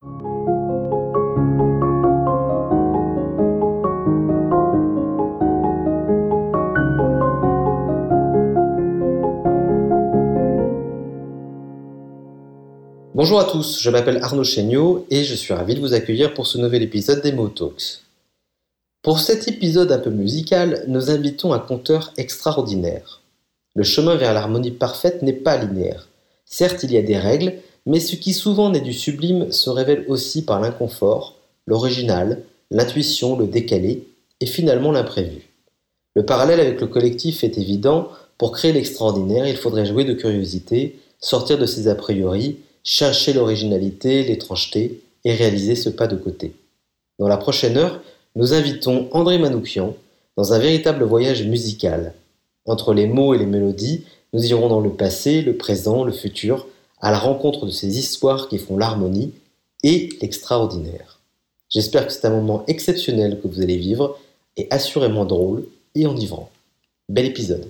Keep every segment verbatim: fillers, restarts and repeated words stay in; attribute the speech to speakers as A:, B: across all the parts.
A: Bonjour à tous, je m'appelle Arnaud Chéniaud et je suis ravi de vous accueillir pour ce nouvel épisode des Mo Talks. Pour cet épisode un peu musical, nous invitons un conteur extraordinaire. Le chemin vers l'harmonie parfaite n'est pas linéaire. Certes, il y a des règles, mais ce qui souvent naît du sublime se révèle aussi par l'inconfort, l'original, l'intuition, le décalé et finalement l'imprévu. Le parallèle avec le collectif est évident, pour créer l'extraordinaire, il faudrait jouer de curiosité, sortir de ses a priori, chercher l'originalité, l'étrangeté et réaliser ce pas de côté. Dans la prochaine heure, nous invitons André Manoukian dans un véritable voyage musical. Entre les mots et les mélodies, nous irons dans le passé, le présent, le futur, à la rencontre de ces histoires qui font l'harmonie et l'extraordinaire. J'espère que c'est un moment exceptionnel que vous allez vivre et assurément drôle et enivrant. Bel épisode.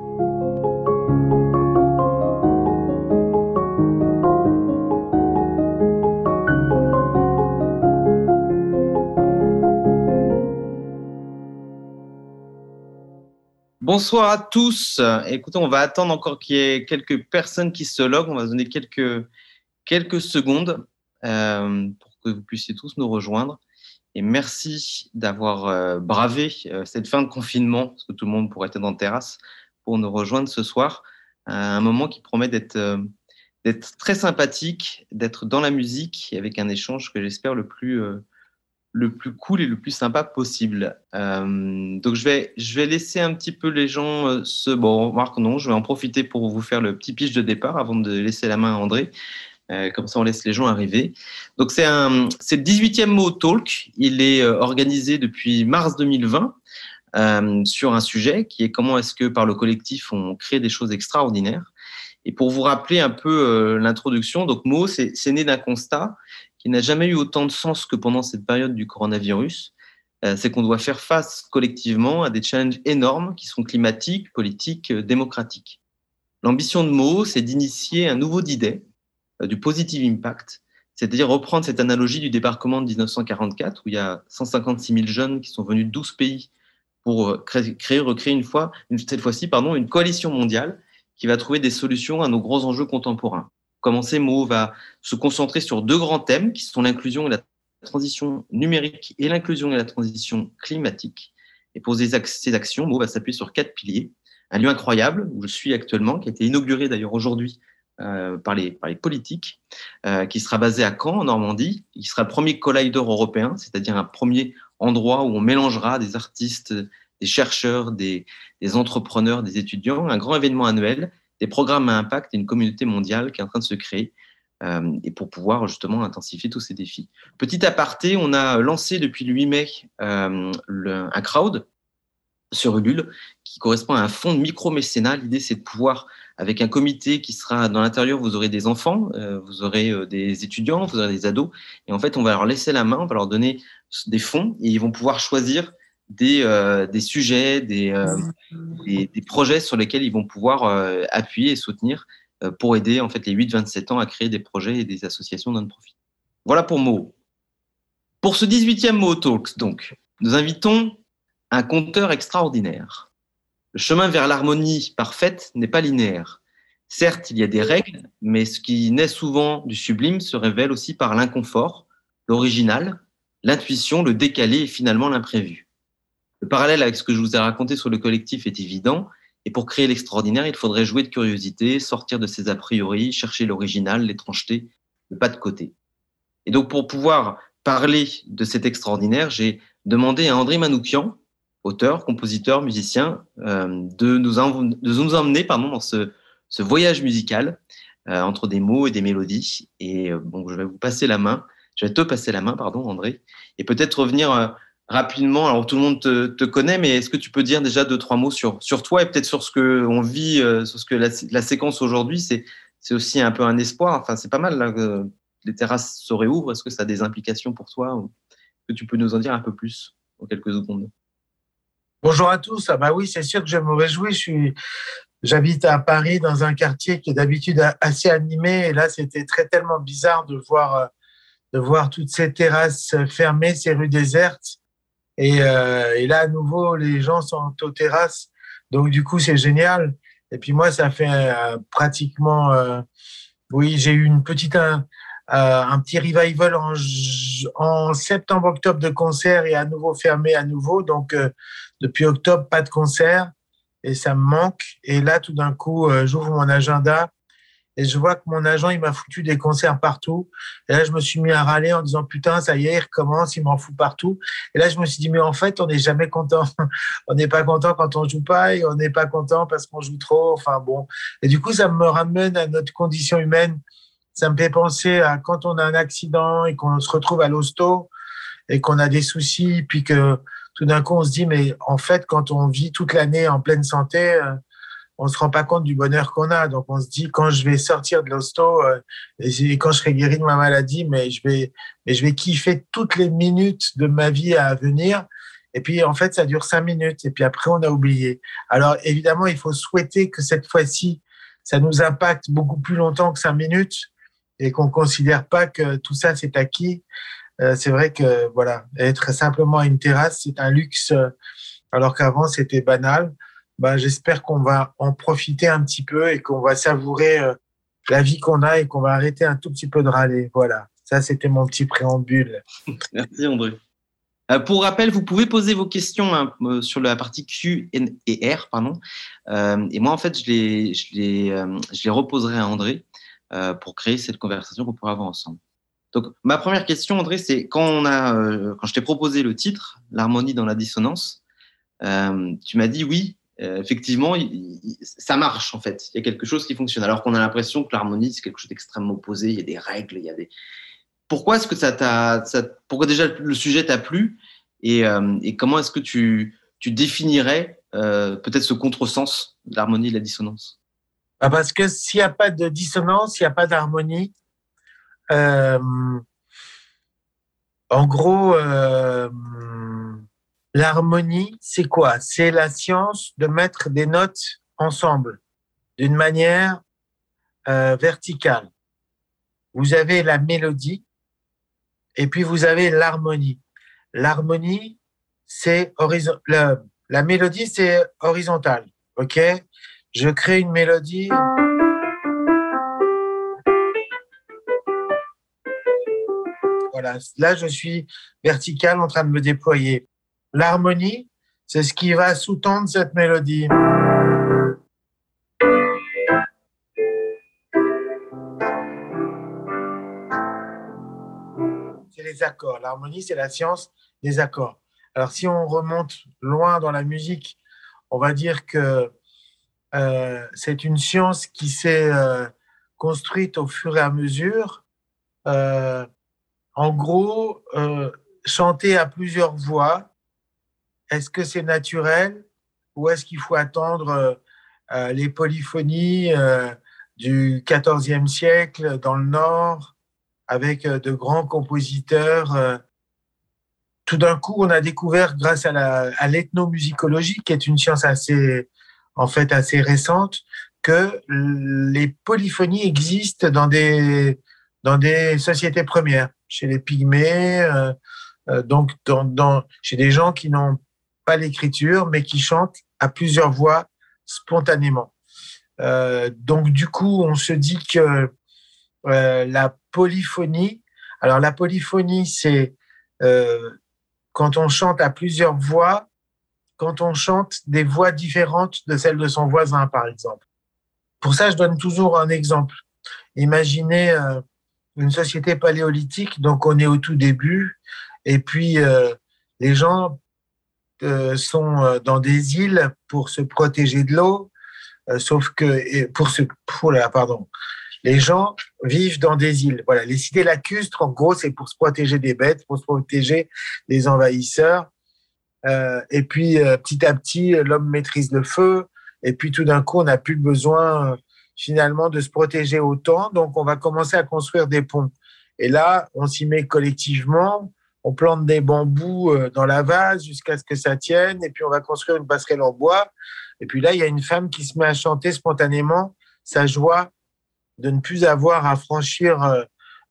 A: Bonsoir à tous. Écoutez, on va attendre encore qu'il y ait quelques personnes qui se loguent. On va donner quelques, quelques secondes euh, pour que vous puissiez tous nous rejoindre. Et merci d'avoir euh, bravé euh, cette fin de confinement, parce que tout le monde pourrait être en terrasse, pour nous rejoindre ce soir. Euh, un moment qui promet d'être, euh, d'être très sympathique, d'être dans la musique, et avec un échange que j'espère le plus... Euh, le plus cool et le plus sympa possible. Euh, donc, je vais, je vais laisser un petit peu les gens euh, se... Bon, Marc, non, je vais en profiter pour vous faire le petit pitch de départ avant de laisser la main à André. Euh, comme ça, on laisse les gens arriver. Donc, c'est, un, c'est le dix-huitième Mo Talk. Il est euh, organisé depuis mars deux mille vingt euh, sur un sujet qui est comment est-ce que, par le collectif, on crée des choses extraordinaires. Et pour vous rappeler un peu euh, l'introduction, donc Mo, c'est, c'est né d'un constat qui n'a jamais eu autant de sens que pendant cette période du coronavirus, euh, c'est qu'on doit faire face collectivement à des challenges énormes qui sont climatiques, politiques, euh, démocratiques. L'ambition de Mo, c'est d'initier un nouveau d'idée, euh, du positive impact, c'est-à-dire reprendre cette analogie du débarquement de dix-neuf cent quarante-quatre, où il y a cent cinquante-six mille jeunes qui sont venus de douze pays pour créer, créer recréer une fois, une, cette fois-ci pardon, une coalition mondiale qui va trouver des solutions à nos gros enjeux contemporains. Commencer, Mo va se concentrer sur deux grands thèmes qui sont l'inclusion et la transition numérique et l'inclusion et la transition climatique. Et pour ces actions, Mo va s'appuyer sur quatre piliers. Un lieu incroyable, où je suis actuellement, qui a été inauguré d'ailleurs aujourd'hui euh, par, les, par les politiques, euh, qui sera basé à Caen, en Normandie, qui sera le premier collider européen, c'est-à-dire un premier endroit où on mélangera des artistes, des chercheurs, des, des entrepreneurs, des étudiants, un grand événement annuel, des programmes à impact et une communauté mondiale qui est en train de se créer euh, et pour pouvoir justement intensifier tous ces défis. Petit aparté, on a lancé depuis le huit mai euh, le, un crowd sur Ulule qui correspond à un fonds de micro-mécénat. L'idée, c'est de pouvoir, avec un comité qui sera dans l'intérieur, vous aurez des enfants, euh, vous aurez euh, des étudiants, vous aurez des ados, et en fait, on va leur laisser la main, on va leur donner des fonds et ils vont pouvoir choisir des, euh, des sujets, des, euh, des, des projets sur lesquels ils vont pouvoir euh, appuyer et soutenir euh, pour aider en fait les huit vingt-sept ans à créer des projets et des associations non-profit. Voilà pour Mo. Pour ce dix-huitième Mo Talks, donc, nous invitons un conteur extraordinaire. Le chemin vers l'harmonie parfaite n'est pas linéaire. Certes, il y a des règles, mais ce qui naît souvent du sublime se révèle aussi par l'inconfort, l'original, l'intuition, le décalé et finalement l'imprévu. Le parallèle avec ce que je vous ai raconté sur le collectif est évident, et pour créer l'extraordinaire, il faudrait jouer de curiosité, sortir de ses a priori, chercher l'original, l'étrangeté, le pas de côté. Et donc, pour pouvoir parler de cet extraordinaire, j'ai demandé à André Manoukian, auteur, compositeur, musicien, euh, de, nous en, de nous emmener pardon, dans ce, ce voyage musical euh, entre des mots et des mélodies. Et euh, bon, je vais vous passer la main, je vais te passer la main, pardon, André, et peut-être revenir euh, rapidement. Alors, tout le monde te, te connaît, mais est-ce que tu peux dire déjà deux, trois mots sur, sur toi et peut-être sur ce qu'on vit, euh, sur ce que la, la séquence aujourd'hui, c'est, c'est aussi un peu un espoir. Enfin, c'est pas mal là, que les terrasses se réouvrent. Est-ce que ça a des implications pour toi ou est-ce que tu peux nous en dire un peu plus en quelques secondes?
B: Bonjour à tous. Ah bah oui, c'est sûr que je me réjouis. Je suis, j'habite à Paris dans un quartier qui est d'habitude assez animé. Et là, c'était très tellement bizarre de voir de voir toutes ces terrasses fermées, ces rues désertes. Et, euh, et là, à nouveau, les gens sont aux terrasses. Donc, du coup, c'est génial. Et puis moi, ça fait euh, pratiquement... Euh, oui, j'ai eu une petite, un, euh, un petit revival en, en septembre-octobre de concert et à nouveau fermé à nouveau. Donc, euh, depuis octobre, pas de concert et ça me manque. Et là, tout d'un coup, euh, j'ouvre mon agenda et je vois que mon agent, il m'a foutu des concerts partout. Et là, je me suis mis à râler en disant, putain, ça y est, il recommence, il m'en fout partout. Et là, je me suis dit, mais en fait, on n'est jamais content. On n'est pas content quand on joue pas et on n'est pas content parce qu'on joue trop. Enfin, bon. Et du coup, ça me ramène à notre condition humaine. Ça me fait penser à quand on a un accident et qu'on se retrouve à l'hosto et qu'on a des soucis, puis que tout d'un coup, on se dit, mais en fait, quand on vit toute l'année en pleine santé, on se rend pas compte du bonheur qu'on a. Donc, on se dit, quand je vais sortir de l'hosto euh, et quand je serai guéri de ma maladie, mais je vais, mais je vais kiffer toutes les minutes de ma vie à venir. Et puis, en fait, ça dure cinq minutes. Et puis après, on a oublié. Alors, évidemment, il faut souhaiter que cette fois-ci, ça nous impacte beaucoup plus longtemps que cinq minutes et qu'on considère pas que tout ça, c'est acquis. Euh, c'est vrai que, voilà, être simplement à une terrasse, c'est un luxe, euh, alors qu'avant, c'était banal. Ben, j'espère qu'on va en profiter un petit peu et qu'on va savourer euh, la vie qu'on a et qu'on va arrêter un tout petit peu de râler. Voilà, ça c'était mon petit préambule.
A: Merci André. Euh, pour rappel, vous pouvez poser vos questions hein, euh, sur la partie Q et R, pardon. Euh, et moi en fait, je les, je les, euh, je les reposerai à André euh, pour créer cette conversation qu'on pourra avoir ensemble. Donc ma première question, André, c'est quand on a, euh, quand je t'ai proposé le titre, l'harmonie dans la dissonance, euh, tu m'as dit oui. Euh, effectivement, il, il, ça marche en fait. Il y a quelque chose qui fonctionne. Alors qu'on a l'impression que l'harmonie, c'est quelque chose d'extrêmement opposé. Il y a des règles, il y a des. Pourquoi est-ce que ça t'a. Ça, pourquoi déjà le sujet t'a plu et, euh, et comment est-ce que tu, tu définirais euh, peut-être ce contresens de l'harmonie et de la dissonance?
B: Ah, parce que s'il n'y a pas de dissonance, il n'y a pas d'harmonie. Euh, en gros, euh, l'harmonie, c'est quoi? C'est la science de mettre des notes ensemble d'une manière euh, verticale. Vous avez la mélodie et puis vous avez l'harmonie. L'harmonie, c'est horizon... la, la mélodie, c'est horizontal. OK? Je crée une mélodie. Voilà. Là, je suis vertical en train de me déployer. L'harmonie, c'est ce qui va sous-tendre cette mélodie. C'est les accords. L'harmonie, c'est la science des accords. Alors, si on remonte loin dans la musique, on va dire que euh, c'est une science qui s'est euh, construite au fur et à mesure. Euh, en gros, euh, chanter à plusieurs voix, est-ce que c'est naturel ou est-ce qu'il faut attendre euh, les polyphonies euh, du quatorzième siècle dans le Nord avec euh, de grands compositeurs euh, tout d'un coup, on a découvert, grâce à, la, à l'ethnomusicologie, qui est une science assez, en fait, assez récente, que les polyphonies existent dans des, dans des sociétés premières, chez les pygmées, euh, euh, donc dans, dans, chez des gens qui n'ont pas l'écriture, mais qui chantent à plusieurs voix spontanément. Euh, donc, du coup, on se dit que euh, la polyphonie, alors la polyphonie, c'est euh, quand on chante à plusieurs voix, quand on chante des voix différentes de celles de son voisin, par exemple. Pour ça, je donne toujours un exemple. Imaginez euh, une société paléolithique, donc on est au tout début, et puis euh, les gens euh, sont dans des îles pour se protéger de l'eau, euh, sauf que pour se, oh là, pardon, les gens vivent dans des îles. Voilà, les cités lacustres, en gros, c'est pour se protéger des bêtes, pour se protéger des envahisseurs. Euh, et puis, euh, petit à petit, l'homme maîtrise le feu. Et puis, tout d'un coup, on n'a plus besoin, euh, finalement, de se protéger autant. Donc, on va commencer à construire des ponts. Et là, on s'y met collectivement. On plante des bambous euh, dans la vase jusqu'à ce que ça tienne. Et puis, on va construire une passerelle en bois. Et puis là, il y a une femme qui se met à chanter spontanément sa joie de ne plus avoir à franchir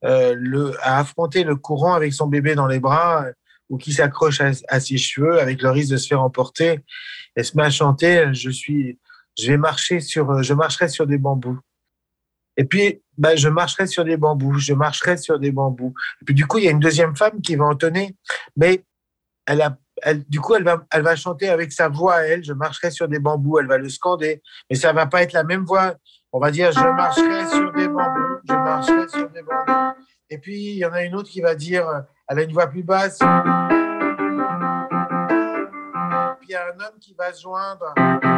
B: euh, le, à affronter le courant avec son bébé dans les bras euh, ou qui s'accroche à, à ses cheveux avec le risque de se faire emporter. Elle se met à chanter, je suis, je vais marcher sur, je marcherai sur des bambous. Et puis, bah, je marcherai sur des bambous, je marcherai sur des bambous. Et puis, du coup, il y a une deuxième femme qui va entonner, mais elle a, elle, du coup, elle va, elle va chanter avec sa voix à elle, je marcherai sur des bambous, elle va le scander, mais ça va pas être la même voix. On va dire, je marcherai sur des bambous, je marcherai sur des bambous. Et puis, il y en a une autre qui va dire, elle a une voix plus basse. Puis, il y a un homme qui va se joindre.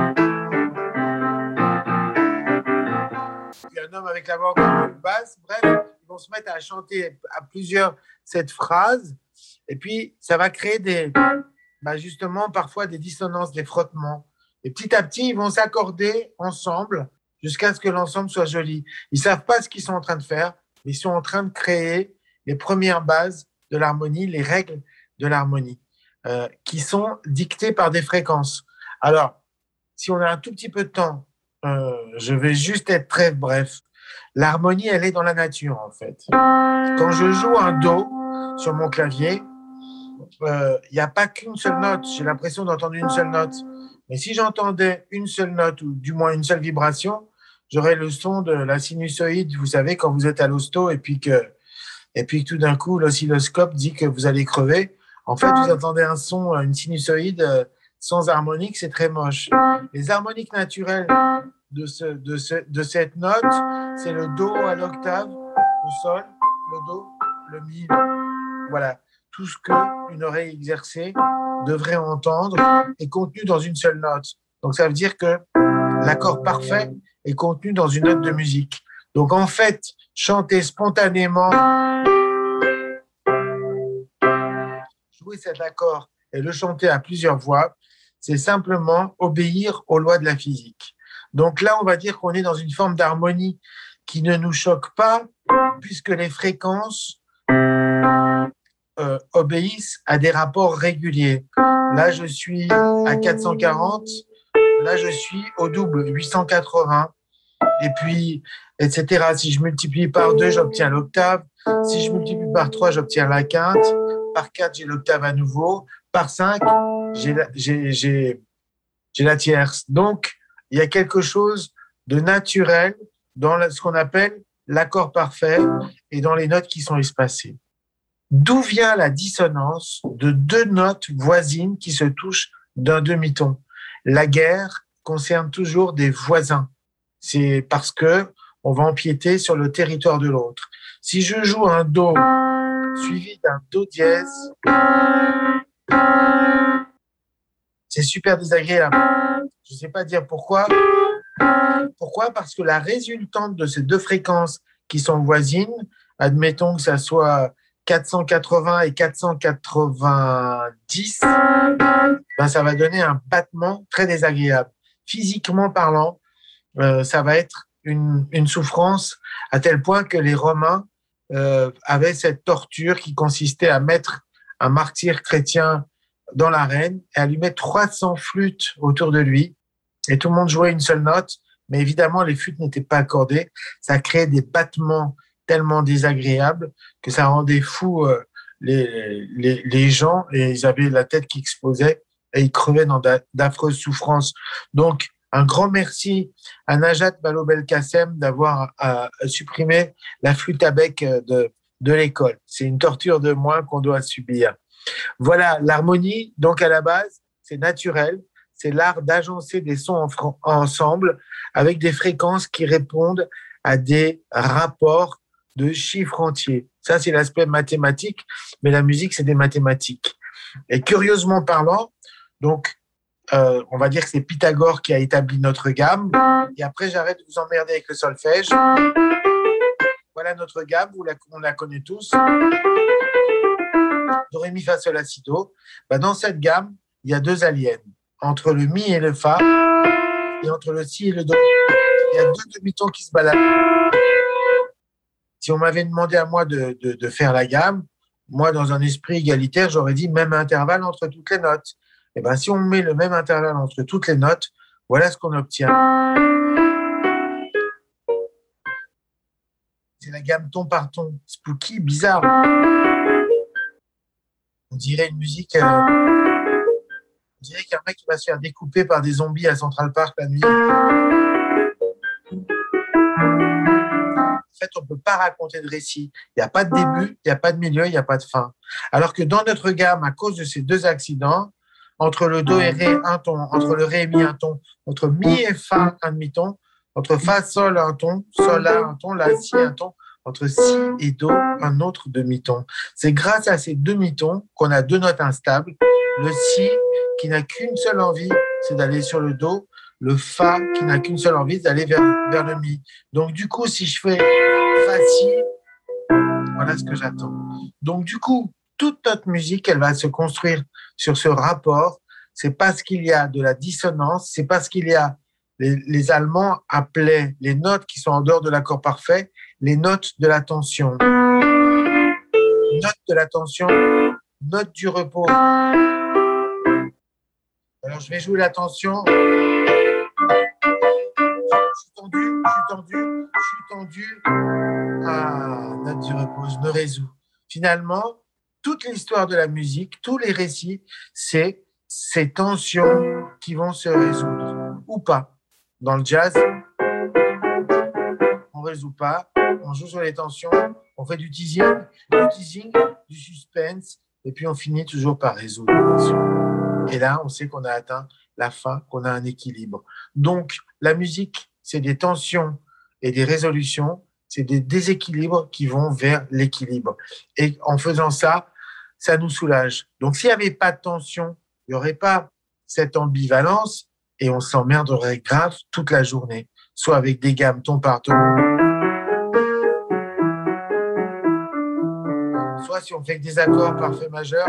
B: Puis, un homme avec la voix encore plus basse. Bref, ils vont se mettre à chanter à plusieurs cette phrase. Et puis, ça va créer des, bah justement, parfois des dissonances, des frottements. Et petit à petit, ils vont s'accorder ensemble jusqu'à ce que l'ensemble soit joli. Ils savent pas ce qu'ils sont en train de faire, mais ils sont en train de créer les premières bases de l'harmonie, les règles de l'harmonie, euh, qui sont dictées par des fréquences. Alors, si on a un tout petit peu de temps, euh, je vais juste être très bref. L'harmonie, elle est dans la nature, en fait. Quand je joue un do sur mon clavier, il euh, n'y a pas qu'une seule note. J'ai l'impression d'entendre une seule note. Mais si j'entendais une seule note, ou du moins une seule vibration, j'aurais le son de la sinusoïde. Vous savez, quand vous êtes à l'hosto et puis que, et puis que tout d'un coup, l'oscilloscope dit que vous allez crever. En fait, vous entendez un son, une sinusoïde euh, sans harmonique, c'est très moche. Les harmoniques naturelles de, ce, de, ce, de cette note, c'est le do à l'octave, le sol, le do, le mi. Voilà. Tout ce qu'une oreille exercée devrait entendre est contenu dans une seule note. Donc, ça veut dire que l'accord parfait est contenu dans une note de musique. Donc, en fait, chanter spontanément, jouer cet accord et le chanter à plusieurs voix, c'est simplement obéir aux lois de la physique. Donc là, on va dire qu'on est dans une forme d'harmonie qui ne nous choque pas, puisque les fréquences Euh, obéissent à des rapports réguliers. Là, je suis à quatre cent quarante, là, je suis au double, huit cent quatre-vingts, et puis, et cetera. Si je multiplie par deux, j'obtiens l'octave. Si je multiplie par trois, j'obtiens la quinte. Par quatre, j'ai l'octave à nouveau. Par cinq, j'ai la, j'ai, j'ai, j'ai la tierce. Donc, il y a quelque chose de naturel dans ce qu'on appelle l'accord parfait et dans les notes qui sont espacées. D'où vient la dissonance de deux notes voisines qui se touchent d'un demi-ton? La guerre concerne toujours des voisins. C'est parce que on va empiéter sur le territoire de l'autre. Si je joue un do suivi d'un do dièse, c'est super désagréable. Je ne sais pas dire pourquoi. Pourquoi? Parce que la résultante de ces deux fréquences qui sont voisines, admettons que ça soit quatre cent quatre-vingts et quatre cent quatre-vingt-dix, ben ça va donner un battement très désagréable. Physiquement parlant, euh, ça va être une, une souffrance à tel point que les Romains euh, avaient cette torture qui consistait à mettre un martyr chrétien dans l'arène et à lui mettre trois cents flûtes autour de lui. Et tout le monde jouait une seule note, mais évidemment, les flûtes n'étaient pas accordées. Ça créait des battements tellement désagréable que ça rendait fou euh, les, les, les gens et ils avaient la tête qui explosait et ils crevaient dans d'affreuses souffrances. Donc, un grand merci à Najat Vallaud-Belkacem d'avoir euh, supprimé la flûte à bec de, de l'école. C'est une torture de moins qu'on doit subir. Voilà, l'harmonie, donc à la base, c'est naturel. C'est l'art d'agencer des sons en, ensemble avec des fréquences qui répondent à des rapports de chiffres entiers. Ça, c'est l'aspect mathématique, mais la musique, c'est des mathématiques. Et curieusement parlant, donc, euh, on va dire que c'est Pythagore qui a établi notre gamme. Et après, j'arrête de vous emmerder avec le solfège. Voilà notre gamme, vous la, on la connaît tous. Do, ré, mi, fa, sol, la, si, do. Ben, dans cette gamme, il y a deux aliens. Entre le mi et le fa, et entre le si et le do. Il y a deux demi-tons qui se baladent. Si on m'avait demandé à moi de, de, de faire la gamme, moi, dans un esprit égalitaire, j'aurais dit même intervalle entre toutes les notes. Et ben, si on met le même intervalle entre toutes les notes, voilà ce qu'on obtient. C'est la gamme ton par ton, spooky, bizarre. On dirait une musique. Euh, on dirait qu'il y a un mec qui va se faire découper par des zombies à Central Park la nuit. En fait, on ne peut pas raconter de récit. Il n'y a pas de début, il n'y a pas de milieu, il n'y a pas de fin. Alors que dans notre gamme, à cause de ces deux accidents, entre le do et ré, un ton, entre le ré et mi, un ton, entre mi et fa, un demi-ton, entre fa, sol, un ton, sol, la, un ton, la, si, un ton, entre si et do, un autre demi-ton. C'est grâce à ces demi-tons qu'on a deux notes instables. Le si, qui n'a qu'une seule envie, c'est d'aller sur le do. Le fa, qui n'a qu'une seule envie, c'est d'aller vers, vers le mi. Donc, du coup, si je fais fa, si, voilà ce que j'attends. Donc, du coup, toute notre musique, elle va se construire sur ce rapport. C'est parce qu'il y a de la dissonance, c'est parce qu'il y a, les, les Allemands appelaient les notes qui sont en dehors de l'accord parfait, les notes de la tension. Note de la tension, note du repos. Alors, je vais jouer la tension. Je suis tendu, je suis tendu, je suis tendu. Ah, note du repos, je me résous. Finalement, toute l'histoire de la musique, tous les récits, c'est ces tensions qui vont se résoudre ou pas. Dans le jazz, on ne résout pas, on joue sur les tensions, on fait du teasing, du teasing, du suspense, et puis on finit toujours par résoudre. Et là, on sait qu'on a atteint la fin, qu'on a un équilibre. Donc, la musique, c'est des tensions et des résolutions, c'est des déséquilibres qui vont vers l'équilibre. Et en faisant ça, ça nous soulage. Donc, s'il n'y avait pas de tension, il n'y aurait pas cette ambivalence et on s'emmerderait grave toute la journée, soit avec des gammes ton par ton, soit si on fait des accords parfaits majeurs,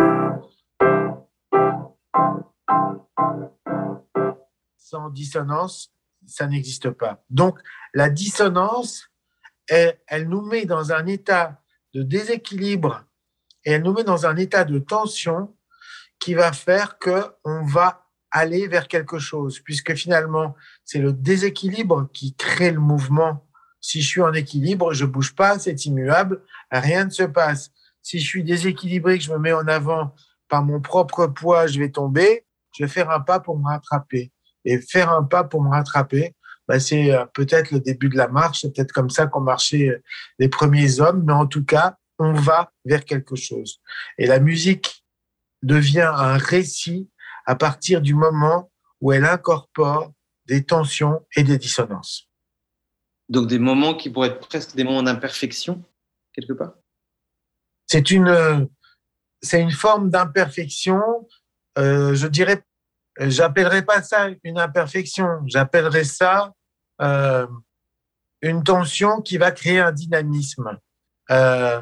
B: sans dissonance, ça n'existe pas. Donc, la dissonance, elle, elle nous met dans un état de déséquilibre et elle nous met dans un état de tension qui va faire qu'on va aller vers quelque chose, puisque finalement, c'est le déséquilibre qui crée le mouvement. Si je suis en équilibre, je ne bouge pas, c'est immuable, rien ne se passe. Si je suis déséquilibré, que je me mets en avant par mon propre poids, je vais tomber, je vais faire un pas pour me rattraper. Et faire un pas pour me rattraper, bah c'est peut-être le début de la marche, c'est peut-être comme ça qu'ont marché les premiers hommes, mais en tout cas, on va vers quelque chose. Et la musique devient un récit à partir du moment où elle incorpore des tensions et des dissonances.
A: Donc des moments qui pourraient être presque des moments d'imperfection, quelque part.
B: C'est une, c'est une forme d'imperfection, euh, je dirais, j'appellerais pas ça une imperfection, j'appellerais ça euh, une tension qui va créer un dynamisme. Euh,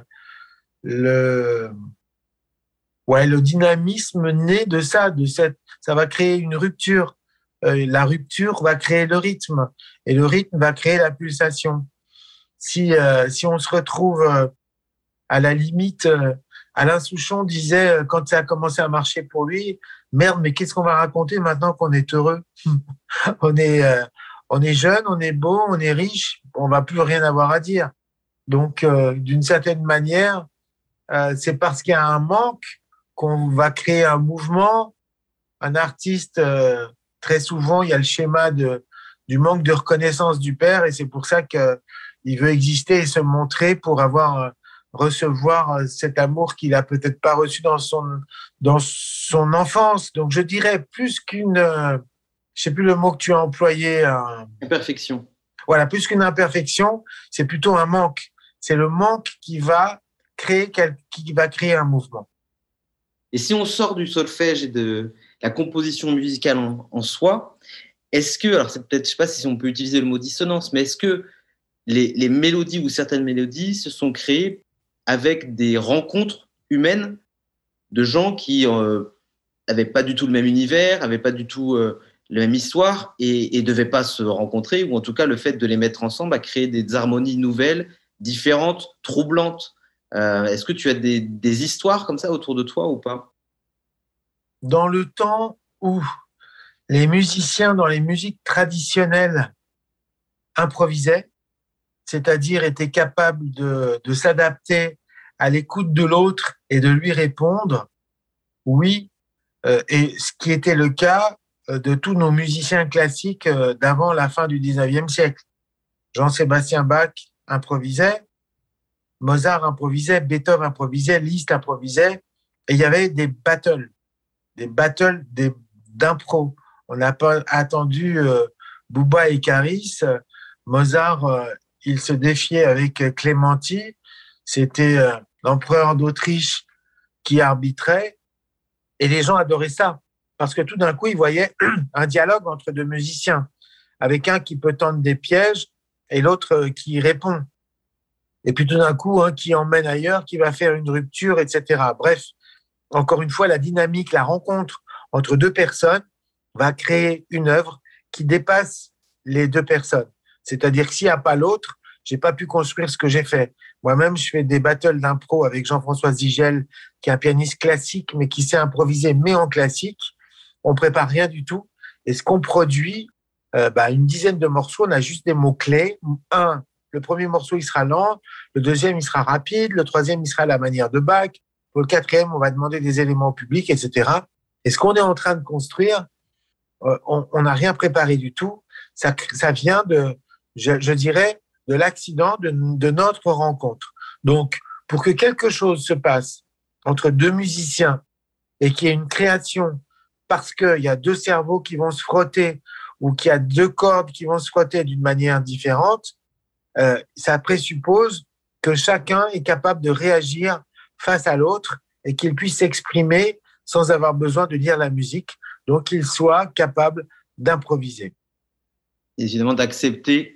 B: le, ouais, le dynamisme naît de ça, de cette, ça va créer une rupture. Euh, la rupture va créer le rythme et le rythme va créer la pulsation. Si, euh, si on se retrouve euh, à la limite, euh, Alain Souchon disait euh, quand ça a commencé à marcher pour lui, merde, mais qu'est-ce qu'on va raconter maintenant qu'on est heureux? on est, euh, on est jeune, on est beau, on est riche, on va plus rien avoir à dire. Donc, euh, d'une certaine manière, euh, c'est parce qu'il y a un manque qu'on va créer un mouvement. Un artiste, euh, très souvent, il y a le schéma de, du manque de reconnaissance du père et c'est pour ça qu'il veut exister et se montrer pour avoir, euh, recevoir cet amour qu'il a peut-être pas reçu dans son, dans son enfance. Donc, je dirais plus qu'une, euh, je sais plus le mot que tu as employé. Euh,
A: Imperfection.
B: Voilà, plus qu'une imperfection, c'est plutôt un manque. C'est le manque qui va créer, qui va créer un mouvement.
A: Et si on sort du solfège et de la composition musicale en, en soi, est-ce que, alors c'est peut-être, je sais pas si on peut utiliser le mot dissonance, mais est-ce que les, les mélodies ou certaines mélodies se sont créées avec des rencontres humaines de gens qui euh, avaient pas du tout le même univers, avaient pas du tout euh, la même histoire et, et devaient pas se rencontrer, ou en tout cas le fait de les mettre ensemble a créé des harmonies nouvelles, différentes, troublantes. Euh, est-ce que tu as des, des histoires comme ça autour de toi ou pas?
B: Dans le temps où les musiciens dans les musiques traditionnelles improvisaient, c'est-à-dire était capable de, de s'adapter à l'écoute de l'autre et de lui répondre, oui, euh, et ce qui était le cas euh, de tous nos musiciens classiques euh, d'avant la fin du dix-neuvième siècle. Jean-Sébastien Bach improvisait, Mozart improvisait, Beethoven improvisait, Liszt improvisait, et il y avait des battles, des battles des, d'impro. On n'a pas attendu euh, Booba et Caris. Mozart, euh, il se défiait avec Clémenti. C'était euh, l'empereur d'Autriche qui arbitrait. Et les gens adoraient ça. Parce que tout d'un coup, ils voyaient un dialogue entre deux musiciens, avec un qui peut tendre des pièges et l'autre euh, qui répond. Et puis tout d'un coup, un qui emmène ailleurs, qui va faire une rupture, et cetera. Bref, encore une fois, la dynamique, la rencontre entre deux personnes va créer une œuvre qui dépasse les deux personnes. C'est-à-dire que s'il n'y a pas l'autre, j'ai pas pu construire ce que j'ai fait. Moi-même, je fais des battles d'impro avec Jean-François Zigel, qui est un pianiste classique, mais qui sait improviser, mais en classique. On prépare rien du tout. Et ce qu'on produit, euh, bah, une dizaine de morceaux, on a juste des mots-clés. Un, le premier morceau, il sera lent. Le deuxième, il sera rapide. Le troisième, il sera à la manière de Bach. Pour le quatrième, on va demander des éléments au public, et cetera. Et ce qu'on est en train de construire, euh, on n'a rien préparé du tout. Ça, ça vient de, je, je dirais, de l'accident de, de notre rencontre. Donc, pour que quelque chose se passe entre deux musiciens et qu'il y ait une création parce qu'il y a deux cerveaux qui vont se frotter ou qu'il y a deux cordes qui vont se frotter d'une manière différente, euh, ça présuppose que chacun est capable de réagir face à l'autre et qu'il puisse s'exprimer sans avoir besoin de lire la musique, donc qu'il soit capable d'improviser.
A: Évidemment, d'accepter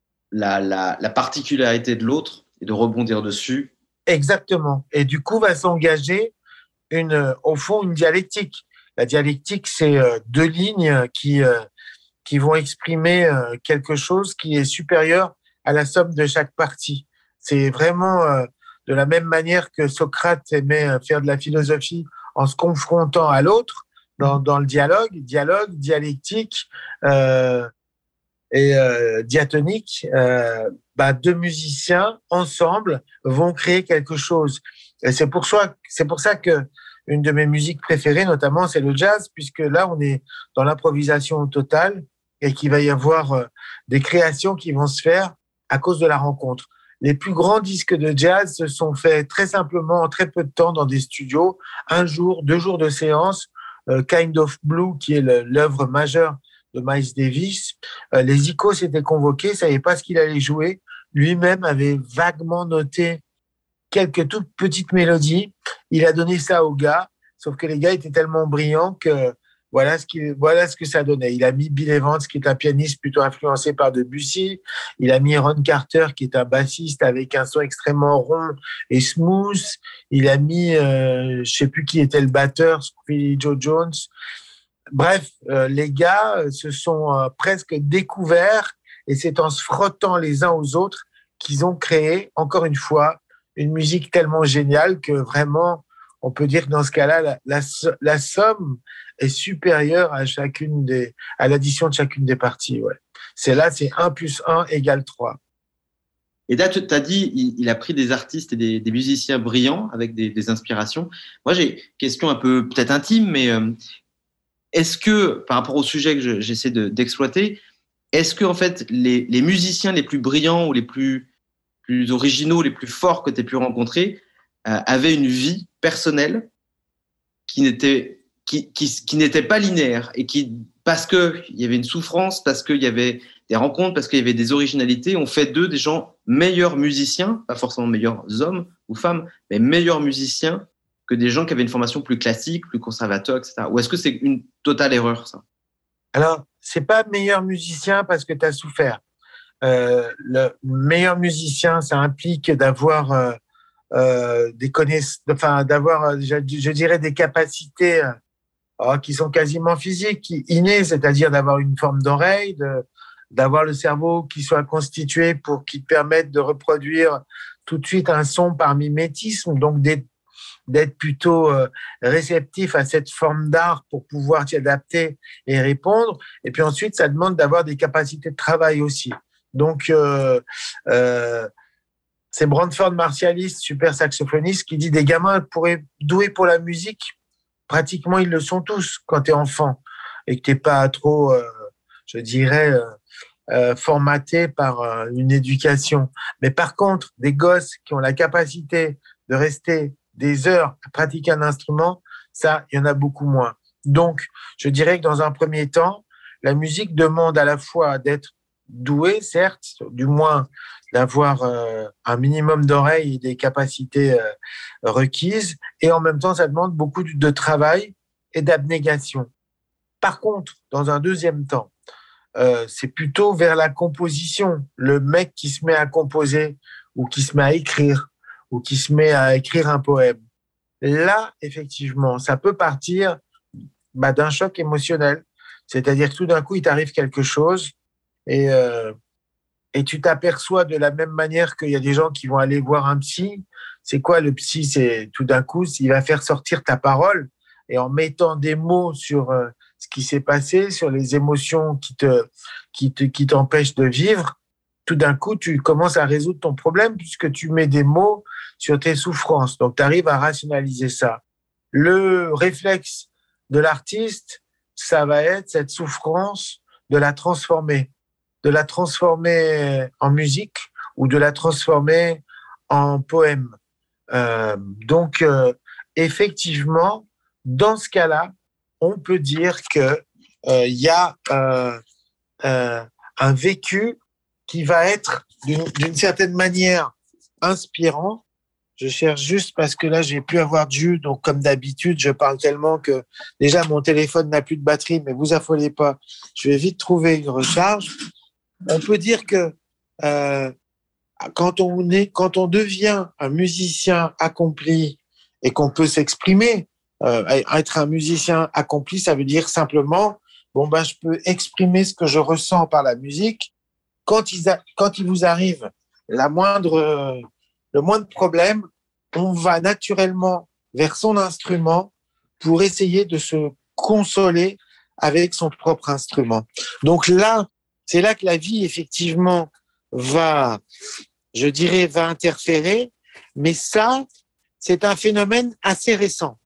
A: la, la, la particularité de l'autre et de rebondir dessus.
B: Exactement. Et du coup, va s'engager une, au fond, une dialectique. La dialectique, c'est deux lignes qui, qui vont exprimer quelque chose qui est supérieur à la somme de chaque partie. C'est vraiment de la même manière que Socrate aimait faire de la philosophie en se confrontant à l'autre dans, dans le dialogue, dialogue, dialectique, euh, et euh, diatonique, euh, bah, deux musiciens ensemble vont créer quelque chose. Et c'est pour ça, c'est pour ça que une de mes musiques préférées, notamment, c'est le jazz, puisque là, on est dans l'improvisation totale et qu'il va y avoir euh, des créations qui vont se faire à cause de la rencontre. Les plus grands disques de jazz se sont faits très simplement en très peu de temps dans des studios, un jour, deux jours de séance. Euh, Kind of Blue, qui est le, l'œuvre majeure de Miles Davis. Euh, les Icos étaient convoqués, ne savaient pas ce qu'il allait jouer. Lui-même avait vaguement noté quelques toutes petites mélodies. Il a donné ça aux gars, sauf que les gars étaient tellement brillants que voilà ce, qu'il, voilà ce que ça donnait. Il a mis Bill Evans, qui est un pianiste plutôt influencé par Debussy. Il a mis Ron Carter, qui est un bassiste avec un son extrêmement rond et smooth. Il a mis, euh, je ne sais plus qui était le batteur, Philly Joe Jones. Bref, euh, les gars se sont euh, presque découverts et c'est en se frottant les uns aux autres qu'ils ont créé, encore une fois, une musique tellement géniale que vraiment, on peut dire que dans ce cas-là, la, la, la somme est supérieure à chacune des, à l'addition de chacune des parties. Ouais. C'est là, c'est un plus un égale trois.
A: Et là, tu as dit, il, il a pris des artistes et des, des musiciens brillants avec des, des inspirations. Moi, j'ai une question un peu peut-être intime, mais euh, est-ce que, par rapport au sujet que je, j'essaie de, d'exploiter, est-ce que en fait, les, les musiciens les plus brillants ou les plus, plus originaux, les plus forts que tu aies pu rencontrer euh, avaient une vie personnelle qui n'était, qui, qui, qui n'était pas linéaire et qui, parce qu'il y avait une souffrance, parce qu'il y avait des rencontres, parce qu'il y avait des originalités, on fait d'eux des gens meilleurs musiciens, pas forcément meilleurs hommes ou femmes, mais meilleurs musiciens que des gens qui avaient une formation plus classique, plus conservateur, et cetera. Ou est-ce que c'est une totale erreur, ça?
B: Alors, c'est pas meilleur musicien parce que tu as souffert. Euh, le meilleur musicien, ça implique d'avoir euh, euh, des connaissances, enfin d'avoir, je, je dirais, des capacités euh, qui sont quasiment physiques, innées, c'est-à-dire d'avoir une forme d'oreille, de, d'avoir le cerveau qui soit constitué pour qu'il te permette de reproduire tout de suite un son par mimétisme, donc d'être, d'être plutôt euh, réceptif à cette forme d'art pour pouvoir t'y adapter et répondre. Et puis ensuite, ça demande d'avoir des capacités de travail aussi. Donc, euh, euh, c'est Branford Marsalis, super saxophoniste, qui dit des gamins pourraient doués pour la musique. Pratiquement, ils le sont tous quand tu es enfant et que tu n'es pas trop, euh, je dirais, euh, euh, formaté par euh, une éducation. Mais par contre, des gosses qui ont la capacité de rester des heures à pratiquer un instrument, ça, il y en a beaucoup moins. Donc, je dirais que dans un premier temps, la musique demande à la fois d'être doué, certes, du moins d'avoir euh, un minimum d'oreilles et des capacités euh, requises, et en même temps, ça demande beaucoup de travail et d'abnégation. Par contre, dans un deuxième temps, euh, c'est plutôt vers la composition. Le mec qui se met à composer ou qui se met à écrire ou qui se met à écrire un poème. Là, effectivement, ça peut partir bah, d'un choc émotionnel. C'est-à-dire que tout d'un coup, il t'arrive quelque chose et, euh, et tu t'aperçois de la même manière qu'il y a des gens qui vont aller voir un psy. C'est quoi le psy? C'est tout d'un coup, il va faire sortir ta parole et en mettant des mots sur euh, ce qui s'est passé, sur les émotions qui te, qui te, qui t'empêchent de vivre, tout d'un coup, tu commences à résoudre ton problème puisque tu mets des mots sur tes souffrances. Donc, tu arrives à rationaliser ça. Le réflexe de l'artiste, ça va être cette souffrance de la transformer, de la transformer en musique ou de la transformer en poème. Euh, donc, euh, effectivement, dans ce cas-là, on peut dire que euh, y a euh, euh, un vécu qui va être d'une, d'une certaine manière inspirant. Je cherche juste parce que là, j'ai pu avoir de jus. Donc, comme d'habitude, je parle tellement que déjà, mon téléphone n'a plus de batterie, mais vous affolez pas. Je vais vite trouver une recharge. On peut dire que euh, quand on est, quand on devient un musicien accompli et qu'on peut s'exprimer, euh, être un musicien accompli, ça veut dire simplement, bon, ben, je peux exprimer ce que je ressens par la musique. Quand il, a, quand il vous arrive la moindre, le moindre problème, on va naturellement vers son instrument pour essayer de se consoler avec son propre instrument. Donc là, c'est là que la vie, effectivement, va, je dirais, va interférer. Mais ça, c'est un phénomène assez récent.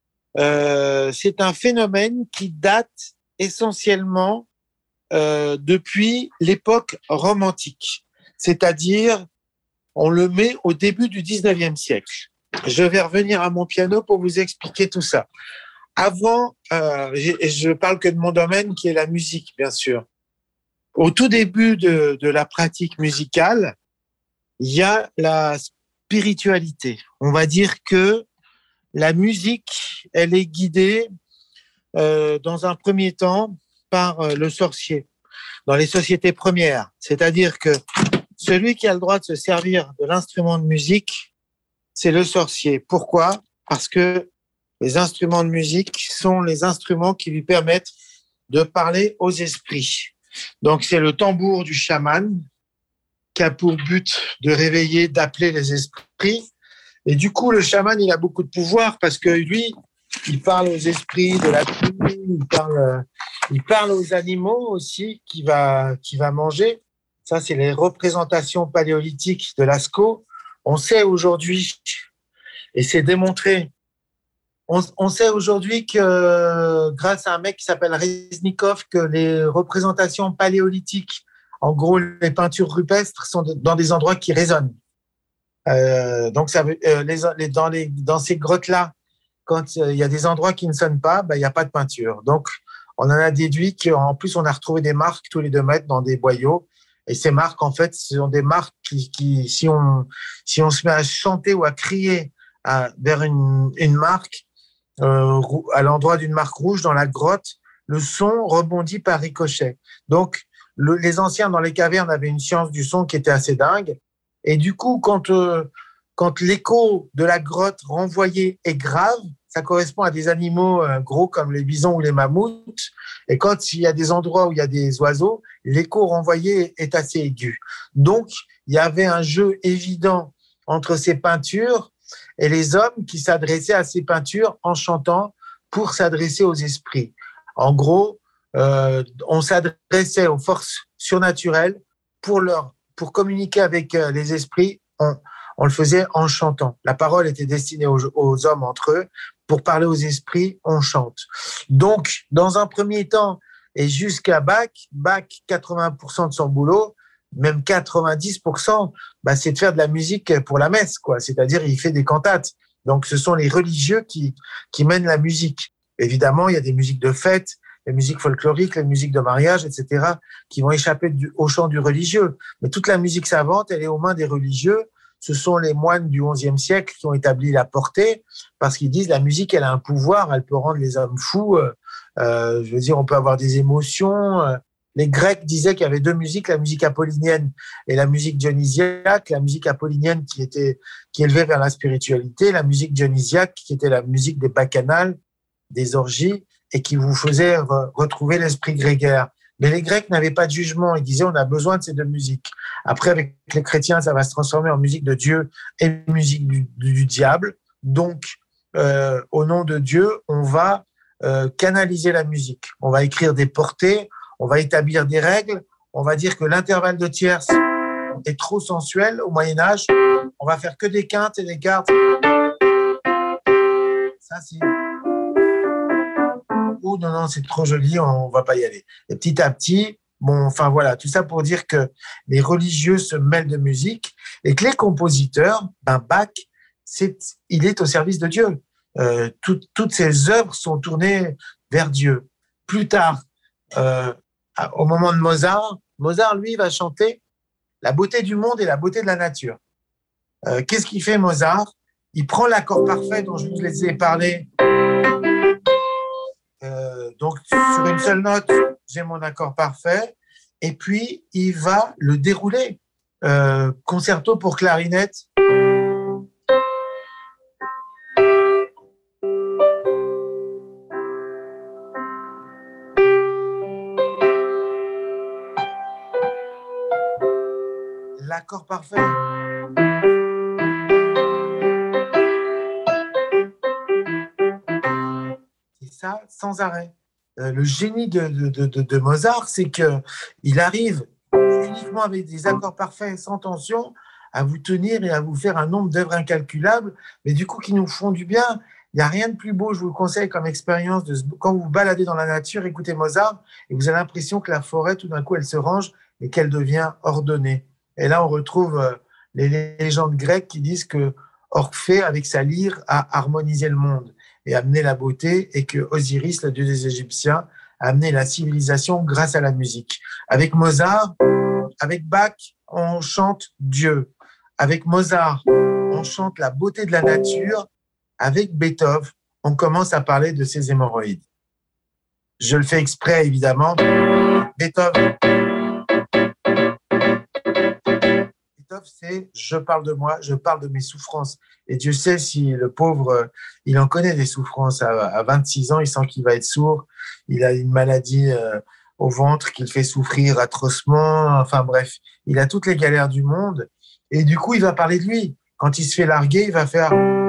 B: Euh, c'est un phénomène qui date essentiellement Euh, depuis l'époque romantique, c'est-à-dire on le met au début du dix-neuvième siècle. Je vais revenir à mon piano pour vous expliquer tout ça. Avant, euh, je parle que de mon domaine qui est la musique, bien sûr. Au tout début de, de la pratique musicale, il y a la spiritualité. On va dire que la musique, elle est guidée euh, dans un premier temps par le sorcier dans les sociétés premières. C'est-à-dire que celui qui a le droit de se servir de l'instrument de musique, c'est le sorcier. Pourquoi? Parce que les instruments de musique sont les instruments qui lui permettent de parler aux esprits. Donc, c'est le tambour du chaman qui a pour but de réveiller, d'appeler les esprits. Et du coup, le chaman, il a beaucoup de pouvoir parce que lui, il parle aux esprits de la pluie, il parle, il parle aux animaux aussi qu'il va, qu'il va manger. Ça, c'est les représentations paléolithiques de Lascaux. On sait aujourd'hui, et c'est démontré, on, on sait aujourd'hui que grâce à un mec qui s'appelle Reznikov, que les représentations paléolithiques, en gros, les peintures rupestres, sont dans des endroits qui résonnent. Euh, donc, ça veut, euh, les, les, dans, les, dans ces grottes-là, quand il y a des endroits qui ne sonnent pas, ben, il n'y a pas de peinture. Donc, on en a déduit qu'en plus, on a retrouvé des marques tous les deux mètres dans des boyaux. Et ces marques, en fait, ce sont des marques qui, qui si, on, si on se met à chanter ou à crier à, vers une, une marque, euh, à l'endroit d'une marque rouge dans la grotte, le son rebondit par ricochet. Donc, le, les anciens dans les cavernes avaient une science du son qui était assez dingue. Et du coup, quand... Euh, Quand l'écho de la grotte renvoyée est grave, ça correspond à des animaux gros comme les bisons ou les mammouths. Et quand il y a des endroits où il y a des oiseaux, l'écho renvoyé est assez aigu. Donc, il y avait un jeu évident entre ces peintures et les hommes qui s'adressaient à ces peintures en chantant pour s'adresser aux esprits. En gros, euh, on s'adressait aux forces surnaturelles pour, leur, pour communiquer avec euh, les esprits, on, on le faisait en chantant. La parole était destinée aux, aux hommes entre eux. Pour parler aux esprits, on chante. Donc, dans un premier temps, et jusqu'à Bach, Bach, quatre-vingts pour cent de son boulot, même quatre-vingt-dix pour cent, bah, c'est de faire de la musique pour la messe, quoi. C'est-à-dire, il fait des cantates. Donc, ce sont les religieux qui, qui mènent la musique. Évidemment, il y a des musiques de fête, les musiques folkloriques, les musiques de mariage, et cetera, qui vont échapper du, au chant du religieux. Mais toute la musique savante, elle est aux mains des religieux. Ce sont les moines du onzième siècle qui ont établi la portée, parce qu'ils disent la musique, elle a un pouvoir, elle peut rendre les hommes fous. Euh, je veux dire, on peut avoir des émotions. Les Grecs disaient qu'il y avait deux musiques, la musique apollinienne et la musique dionysiaque. La musique apollinienne qui était qui élevait vers la spiritualité, la musique dionysiaque qui était la musique des bacchanales, des orgies, et qui vous faisait re- retrouver l'esprit grégaire. Mais les Grecs n'avaient pas de jugement. Ils disaient on a besoin de ces deux musiques. Après, avec les chrétiens, ça va se transformer en musique de Dieu et musique du, du, du diable. Donc, euh, au nom de Dieu, on va euh, canaliser la musique. On va écrire des portées. On va établir des règles. On va dire que l'intervalle de tierce est trop sensuel au Moyen-Âge. On va faire que des quintes et des quartes. Ça, c'est... Oh non, non, c'est trop joli, on va pas y aller. Et petit à petit, bon, enfin voilà, tout ça pour dire que les religieux se mêlent de musique et que les compositeurs, ben Bach, c'est, il est au service de Dieu. Euh, tout, toutes ses œuvres sont tournées vers Dieu. Plus tard, euh, au moment de Mozart, Mozart, lui, va chanter la beauté du monde et la beauté de la nature. Euh, qu'est-ce qu'il fait, Mozart? Il prend l'accord parfait dont je vous ai parlé. Euh, donc, sur une seule note, j'ai mon accord parfait. Et puis, il va le dérouler. Euh, concerto pour clarinette. L'accord parfait. C'est ça, sans arrêt. Euh, le génie de, de, de, de Mozart, c'est qu'il arrive uniquement avec des accords parfaits, sans tension, à vous tenir et à vous faire un nombre d'œuvres incalculables, mais du coup qui nous font du bien. Il n'y a rien de plus beau, je vous le conseille comme expérience, de, quand vous vous baladez dans la nature, écoutez Mozart, et vous avez l'impression que la forêt, tout d'un coup, elle se range et qu'elle devient ordonnée. Et là, on retrouve euh, les légendes grecques qui disent que Orphée, avec sa lyre, a harmonisé le monde et amené la beauté, et que Osiris, le dieu des Égyptiens, a amené la civilisation grâce à la musique. Avec Mozart, avec Bach, on chante Dieu. Avec Mozart, on chante la beauté de la nature. Avec Beethoven, on commence à parler de ses hémorroïdes. Je le fais exprès, évidemment. Beethoven, Beethoven, c'est « je parle de moi, je parle de mes souffrances ». Et Dieu sait si le pauvre, il en connaît des souffrances. À vingt-six ans, il sent qu'il va être sourd. Il a une maladie euh, au ventre qui le fait souffrir atrocement. Enfin bref, il a toutes les galères du monde. Et du coup, il va parler de lui. Quand il se fait larguer, il va faire...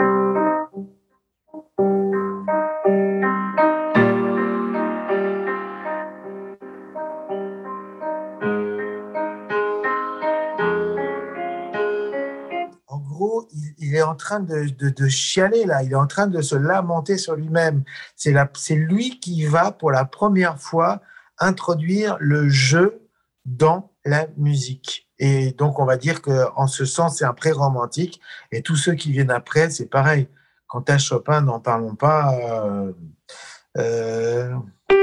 B: En gros, il, il est en train de, de, de chialer là. Il est en train de se lamenter sur lui-même. C'est, la, c'est lui qui va, pour la première fois, introduire le jeu dans la musique. Et donc, on va dire qu'en ce sens, c'est un pré-romantique. Et tous ceux qui viennent après, c'est pareil. Quant à Chopin, n'en parlons pas. Euh, euh...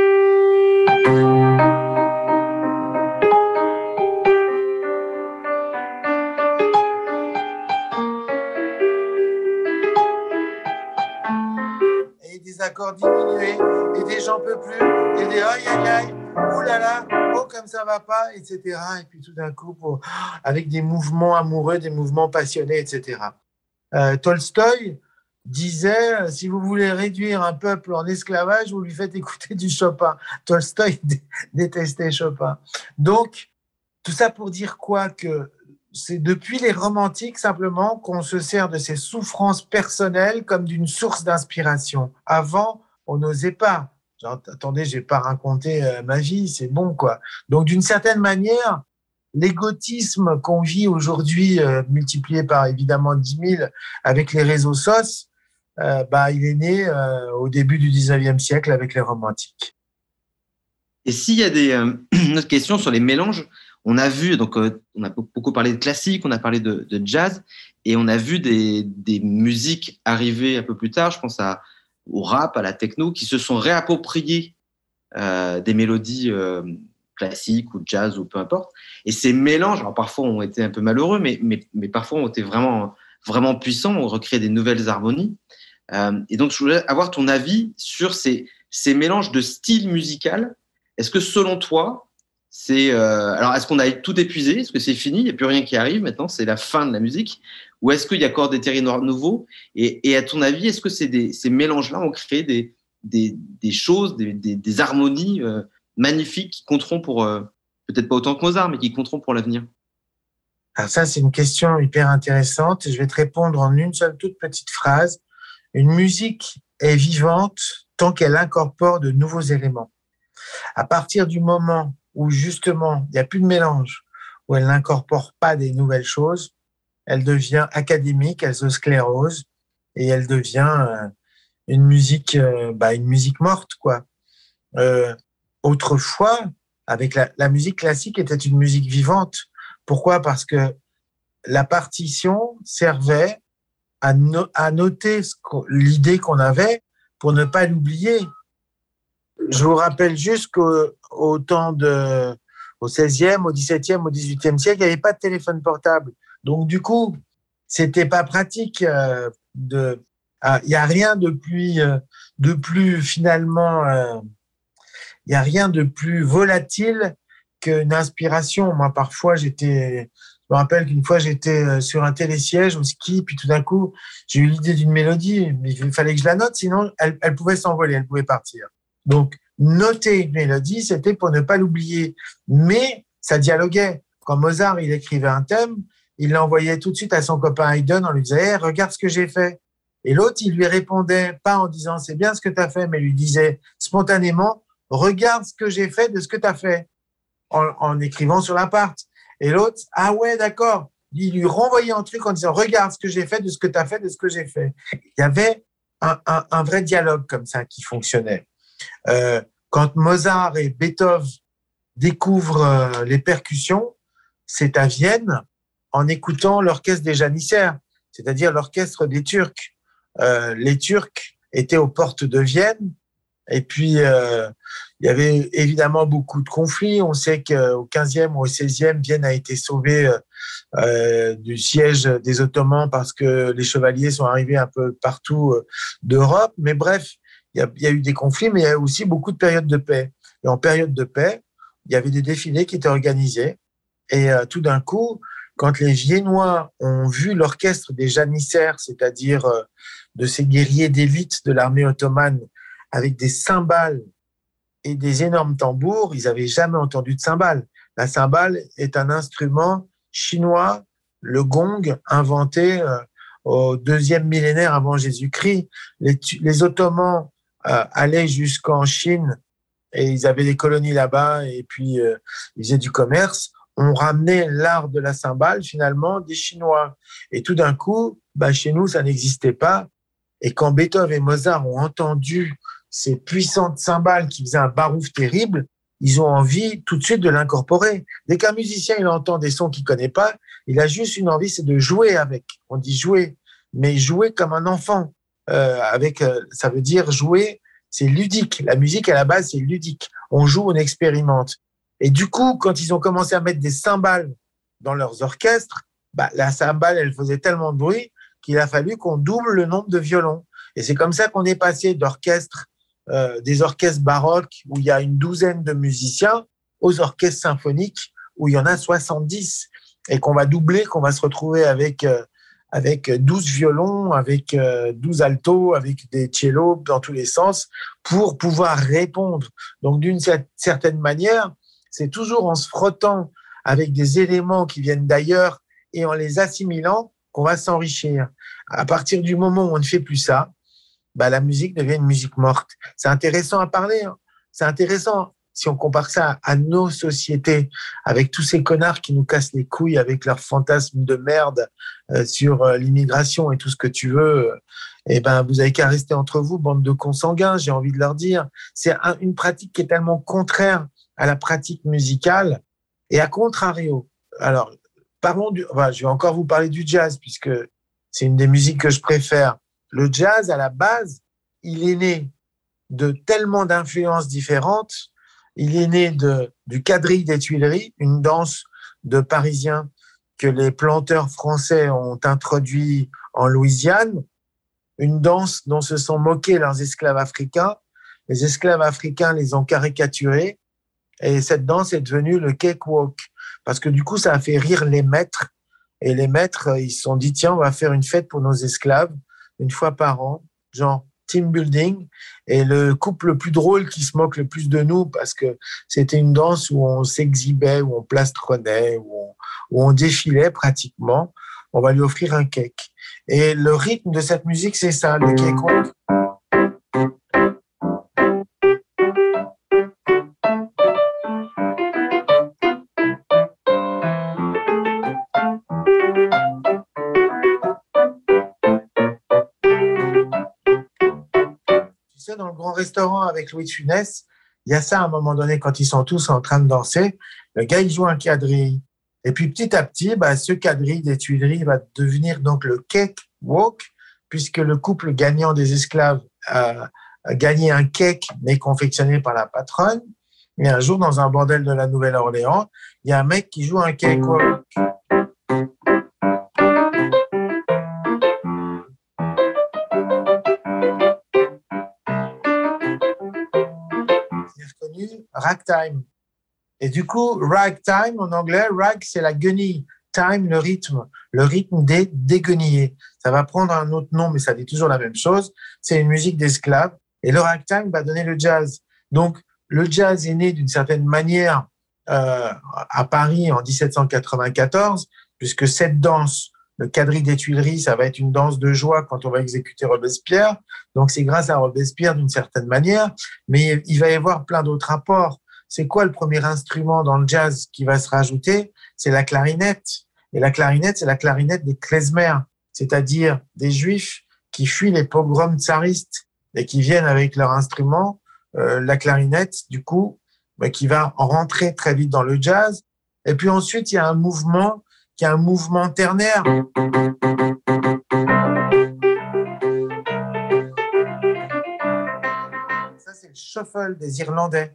B: Et des accords diminués, et des j'en peux plus, et des aïe aïe aïe, ouh là là, oh comme ça va pas, et cetera. Et puis tout d'un coup, pour, avec des mouvements amoureux, des mouvements passionnés, et cetera. Euh, Tolstoï disait, si vous voulez réduire un peuple en esclavage, vous lui faites écouter du Chopin. Tolstoï d- détestait Chopin. Donc, tout ça pour dire quoi? Que c'est depuis les romantiques simplement qu'on se sert de ces souffrances personnelles comme d'une source d'inspiration. Avant, on n'osait pas. Genre, attendez, j'ai pas raconté euh, ma vie, c'est bon quoi. Donc d'une certaine manière, l'égotisme qu'on vit aujourd'hui, euh, multiplié par évidemment dix mille avec les réseaux sociaux, euh, bah, il est né euh, au début du dix-neuvième siècle avec les romantiques.
A: Et s'il y a des, euh, une autre question sur les mélanges, on a vu, donc, euh, on a beaucoup parlé de classique, on a parlé de, de jazz, et on a vu des, des musiques arriver un peu plus tard, je pense à, au rap, à la techno, qui se sont réappropriées euh, des mélodies euh, classiques ou jazz ou peu importe. Et ces mélanges, alors parfois ont été un peu malheureux, mais, mais, mais parfois ont été vraiment, vraiment puissants, ont recréé des nouvelles harmonies. Euh, et donc, je voulais avoir ton avis sur ces, ces mélanges de styles musicaux. Est-ce que selon toi, c'est euh, alors est-ce qu'on a tout épuisé? Est-ce que c'est fini? Il n'y a plus rien qui arrive maintenant, c'est la fin de la musique? Ou est-ce qu'il y a encore des territoires nouveaux? Et, et à ton avis, est-ce que c'est des, ces mélanges-là ont créé des, des, des choses, des, des, des harmonies euh, magnifiques qui compteront pour, euh, peut-être pas autant que Mozart, mais qui compteront pour l'avenir?
B: Alors ça, c'est une question hyper intéressante. Je vais te répondre en une seule toute petite phrase. Une musique est vivante tant qu'elle incorpore de nouveaux éléments. À partir du moment où justement il n'y a plus de mélange, où elle n'incorpore pas des nouvelles choses, elle devient académique, elle se sclérose et elle devient euh, une musique, euh, bah, une musique morte, quoi. Euh, autrefois, avec la, la musique classique était une musique vivante. Pourquoi? Parce que la partition servait à, no à noter ce qu l'idée qu'on avait pour ne pas l'oublier. Je vous rappelle juste qu'au temps de, au seizième, au dix-septième, au dix-huitième siècle, il n'y avait pas de téléphone portable. Donc, du coup, c'était pas pratique euh, de, ah, il n'y a rien de plus, euh, de plus finalement, euh, il n'y a rien de plus volatile qu'une inspiration. Moi, parfois, j'étais, je me rappelle qu'une fois, j'étais sur un télésiège au ski, puis tout d'un coup, j'ai eu l'idée d'une mélodie, mais il fallait que je la note, sinon elle, elle pouvait s'envoler, elle pouvait partir. Donc, noter une mélodie, c'était pour ne pas l'oublier. Mais ça dialoguait. Quand Mozart, il écrivait un thème, il l'envoyait tout de suite à son copain Haydn en lui disant hey, « regarde ce que j'ai fait ». Et l'autre, il lui répondait, pas en disant « c'est bien ce que tu as fait », mais lui disait spontanément « regarde ce que j'ai fait de ce que tu as fait », en, en écrivant sur l'appart. Et l'autre « ah ouais, d'accord ». Il lui renvoyait un truc en disant « regarde ce que j'ai fait de ce que tu as fait de ce que j'ai fait ». Il y avait un, un, un vrai dialogue comme ça qui fonctionnait. Euh, quand Mozart et Beethoven découvrent euh, les percussions, c'est à Vienne en écoutant l'orchestre des janissaires, c'est-à-dire l'orchestre des Turcs. Euh, les Turcs étaient aux portes de Vienne et puis euh, il y avait évidemment beaucoup de conflits. On sait qu'au quinzième ou au seizième, Vienne a été sauvée euh, du siège des Ottomans parce que les chevaliers sont arrivés un peu partout euh, d'Europe. Mais bref, il y, a, il y a eu des conflits, mais il y a aussi beaucoup de périodes de paix. Et en période de paix, il y avait des défilés qui étaient organisés. Et euh, tout d'un coup, quand les Viennois ont vu l'orchestre des janissaires, c'est-à-dire euh, de ces guerriers d'élite de l'armée ottomane, avec des cymbales et des énormes tambours, ils n'avaient jamais entendu de cymbales. La cymbale est un instrument chinois, le gong, inventé euh, au deuxième millénaire avant Jésus-Christ. Les, les Ottomans euh, allaient jusqu'en Chine et ils avaient des colonies là-bas et puis euh, ils faisaient du commerce. On ramenait l'art de la cymbale finalement des Chinois. Et tout d'un coup, bah, chez nous, ça n'existait pas. Et quand Beethoven et Mozart ont entendu ces puissantes cymbales qui faisaient un barouf terrible, ils ont envie tout de suite de l'incorporer. Dès qu'un musicien il entend des sons qu'il ne connaît pas, il a juste une envie, c'est de jouer avec. On dit jouer, mais jouer comme un enfant. Euh, avec, euh, ça veut dire jouer, c'est ludique. La musique, à la base, c'est ludique. On joue, on expérimente. Et du coup, quand ils ont commencé à mettre des cymbales dans leurs orchestres, bah, la cymbale, elle faisait tellement de bruit qu'il a fallu qu'on double le nombre de violons. Et c'est comme ça qu'on est passé d'orchestres, euh, des orchestres baroques où il y a une douzaine de musiciens aux orchestres symphoniques où il y en a soixante-dix et qu'on va doubler, qu'on va se retrouver avec, euh, avec douze violons, avec euh, douze altos, avec des cellos dans tous les sens pour pouvoir répondre. Donc, d'une certaine manière, c'est toujours en se frottant avec des éléments qui viennent d'ailleurs et en les assimilant qu'on va s'enrichir. À partir du moment où on ne fait plus ça, bah, la musique devient une musique morte. C'est intéressant à parler, hein. C'est intéressant si on compare ça à nos sociétés, avec tous ces connards qui nous cassent les couilles avec leurs fantasmes de merde euh, sur euh, l'immigration et tout ce que tu veux, eh ben, vous avez qu'à rester entre vous, bande de consanguins, j'ai envie de leur dire. C'est un, une pratique qui est tellement contraire à la pratique musicale. Et à contrario, alors, parlons du, enfin, je vais encore vous parler du jazz, puisque c'est une des musiques que je préfère. Le jazz, à la base, il est né de tellement d'influences différentes. Il est né de, du quadrille des Tuileries, une danse de Parisiens que les planteurs français ont introduit en Louisiane, une danse dont se sont moqués leurs esclaves africains. Les esclaves africains les ont caricaturés et cette danse est devenue le cakewalk parce que du coup, ça a fait rire les maîtres et les maîtres, ils se sont dit, tiens, on va faire une fête pour nos esclaves une fois par an, genre team building, et le couple le plus drôle qui se moque le plus de nous parce que c'était une danse où on s'exhibait, où on plastronnait, où on, où on défilait pratiquement, on va lui offrir un cake. Et le rythme de cette musique, c'est ça, le cakewalk. Dans le grand restaurant avec Louis de Funès, il y a ça à un moment donné quand ils sont tous en train de danser. Le gars, il joue un quadrille. Et puis petit à petit, bah, ce quadrille des Tuileries va devenir donc le cake walk, puisque le couple gagnant des esclaves a, a gagné un cake, mais confectionné par la patronne. Et un jour, dans un bordel de la Nouvelle-Orléans, il y a un mec qui joue un cake walk. Ragtime. Et du coup, ragtime en anglais, rag c'est la guenille, time le rythme, le rythme des déguenillés. Ça va prendre un autre nom, mais ça dit toujours la même chose. C'est une musique d'esclaves. Et le ragtime va donner le jazz. Donc, le jazz est né d'une certaine manière euh, à Paris en dix-sept cent quatre-vingt-quatorze, puisque cette danse, le quadrille des Tuileries, ça va être une danse de joie quand on va exécuter Robespierre. Donc, c'est grâce à Robespierre d'une certaine manière, mais il va y avoir plein d'autres rapports. C'est quoi le premier instrument dans le jazz qui va se rajouter? C'est la clarinette. Et la clarinette, c'est la clarinette des klezmer, c'est-à-dire des juifs qui fuient les pogroms tsaristes et qui viennent avec leur instrument, euh, la clarinette, du coup, bah, qui va rentrer très vite dans le jazz. Et puis ensuite, il y a un mouvement qui est un mouvement ternaire. Ça, c'est le shuffle des Irlandais.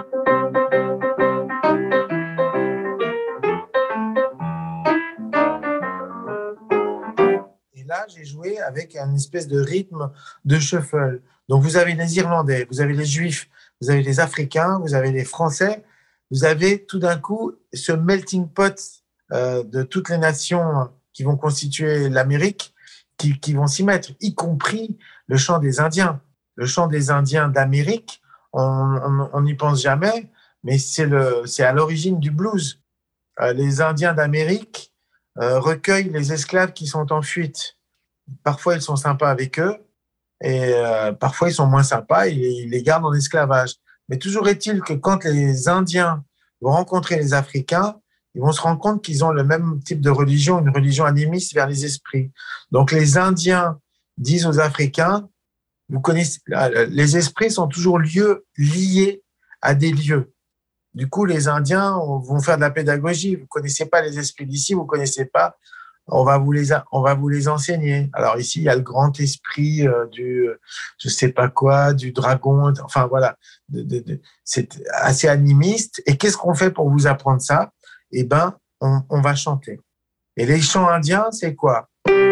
B: Et là, j'ai joué avec une espèce de rythme de shuffle. Donc, vous avez les Irlandais, vous avez les Juifs, vous avez les Africains, vous avez les Français. Vous avez tout d'un coup ce melting pot euh, de toutes les nations qui vont constituer l'Amérique, qui, qui vont s'y mettre, y compris le chant des Indiens. Le chant des Indiens d'Amérique, on n'y pense jamais, mais c'est, le, c'est à l'origine du blues. Euh, les Indiens d'Amérique euh, recueillent les esclaves qui sont en fuite. Parfois, ils sont sympas avec eux, et euh, parfois, ils sont moins sympas, et ils les gardent en esclavage. Mais toujours est-il que quand les Indiens vont rencontrer les Africains, ils vont se rendre compte qu'ils ont le même type de religion, une religion animiste vers les esprits. Donc, les Indiens disent aux Africains, vous connaissez, les esprits sont toujours lieux, liés à des lieux. Du coup, les Indiens vont faire de la pédagogie. Vous ne connaissez pas les esprits d'ici, vous ne connaissez pas, on va vous les, on va vous les enseigner. Alors ici, il y a le grand esprit euh, du, je ne sais pas quoi, du dragon, enfin voilà, de, de, de, c'est assez animiste. Et qu'est-ce qu'on fait pour vous apprendre ça? Eh bien, on, on va chanter. Et les chants indiens, c'est quoi?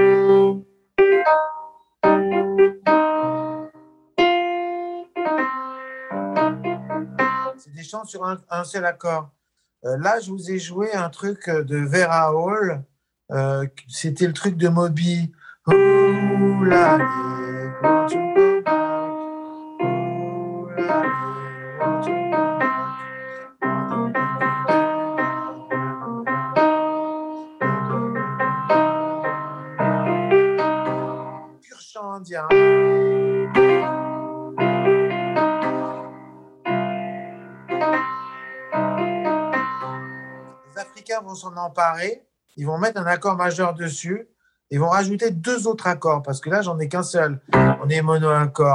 B: C'est des chants sur un, un seul accord. Euh, là, je vous ai joué un truc de Vera Hall. Euh, c'était le truc de Moby. Ooh, la, yeah, won't you go back? Ooh, la, yeah, won't you go back? Pur chant indien. Américains vont s'en emparer, ils vont mettre un accord majeur dessus, ils vont rajouter deux autres accords, parce que là, j'en ai qu'un seul. On est mono-accord.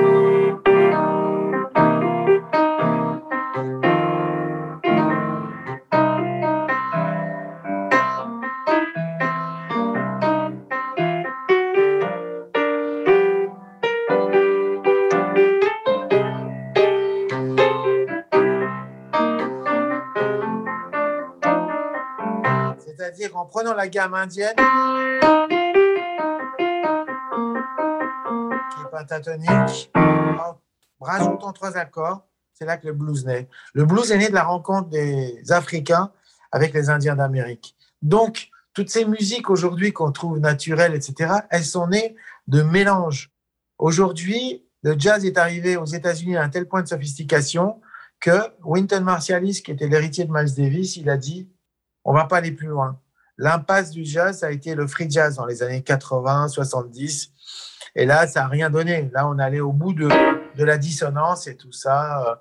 B: C'est-à-dire qu'en prenant la gamme indienne, qui est pentatonique, en rajoutant trois accords, c'est là que le blues naît. Le blues est né de la rencontre des Africains avec les Indiens d'Amérique. Donc, toutes ces musiques aujourd'hui qu'on trouve naturelles, et cetera, elles sont nées de mélanges. Aujourd'hui, le jazz est arrivé aux États-Unis à un tel point de sophistication que Wynton Marsalis, qui était l'héritier de Miles Davis, il a dit « on ne va pas aller plus loin ». L'impasse du jazz, ça a été le free jazz dans les années quatre-vingts, soixante-dix. Et là, ça n'a rien donné. Là, on allait au bout de, de la dissonance et tout ça.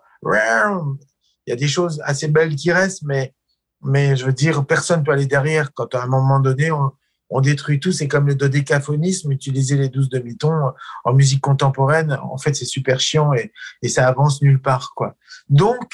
B: Il y a des choses assez belles qui restent, mais, mais je veux dire, personne ne peut aller derrière. Quand à un moment donné, on, on détruit tout, c'est comme le dodécaphonisme, utiliser les douze demi-tons en musique contemporaine. En fait, c'est super chiant et, et ça avance nulle part, quoi. Donc,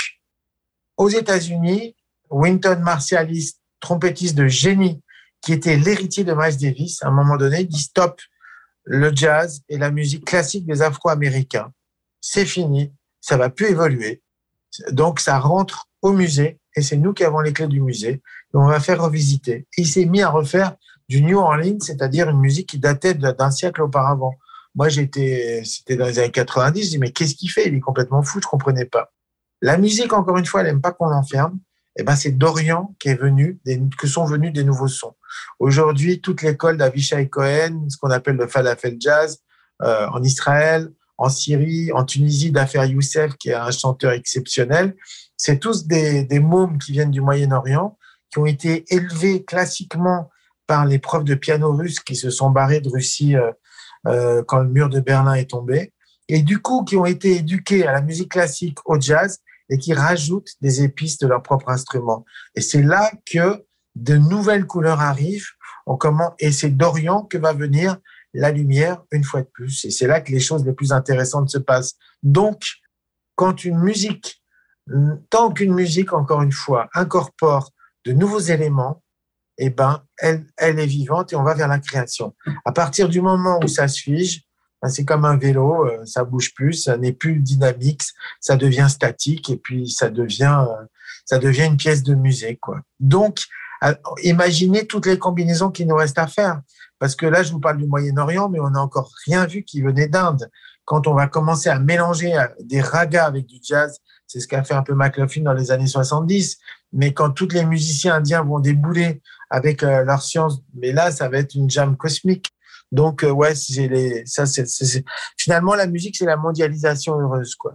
B: aux États-Unis, Wynton Marsalis, trompettiste de génie, qui était l'héritier de Miles Davis, à un moment donné, dit stop, le jazz et la musique classique des Afro-Américains. C'est fini, ça va plus évoluer. Donc, ça rentre au musée et c'est nous qui avons les clés du musée et on va faire revisiter. Et il s'est mis à refaire du New Orleans, c'est-à-dire une musique qui datait d'un siècle auparavant. Moi, j'étais, c'était dans les années quatre-vingt-dix, je dis, mais qu'est-ce qu'il fait? Il est complètement fou, je comprenais pas. La musique, encore une fois, elle aime pas qu'on l'enferme. Eh ben, c'est d'Orient qui est venu, des, que sont venus des nouveaux sons. Aujourd'hui, toute l'école d'Avishai Cohen, ce qu'on appelle le falafel jazz, euh, en Israël, en Syrie, en Tunisie, d'Afer Youssef, qui est un chanteur exceptionnel, c'est tous des, des mômes qui viennent du Moyen-Orient, qui ont été élevés classiquement par les profs de piano russes qui se sont barrés de Russie euh, euh, quand le mur de Berlin est tombé, et du coup, qui ont été éduqués à la musique classique, au jazz, et qui rajoutent des épices de leur propre instrument. Et c'est là que de nouvelles couleurs arrivent. On commence, et c'est d'Orient que va venir la lumière, une fois de plus. Et c'est là que les choses les plus intéressantes se passent. Donc, quand une musique, tant qu'une musique, encore une fois, incorpore de nouveaux éléments, eh ben, elle, elle est vivante et on va vers la création. À partir du moment où ça se fige, c'est comme un vélo, ça bouge plus, ça n'est plus dynamique, ça devient statique et puis ça devient, ça devient une pièce de musée, quoi. Donc, imaginez toutes les combinaisons qu'il nous reste à faire. Parce que là, je vous parle du Moyen-Orient, mais on n'a encore rien vu qui venait d'Inde. Quand on va commencer à mélanger des ragas avec du jazz, c'est ce qu'a fait un peu McLaughlin dans les années soixante-dix. Mais quand tous les musiciens indiens vont débouler avec leur science, mais là, ça va être une jam cosmique. Donc, euh, ouais, c'est les, ça, c'est, c'est, c'est, finalement, la musique, c'est la mondialisation heureuse, quoi.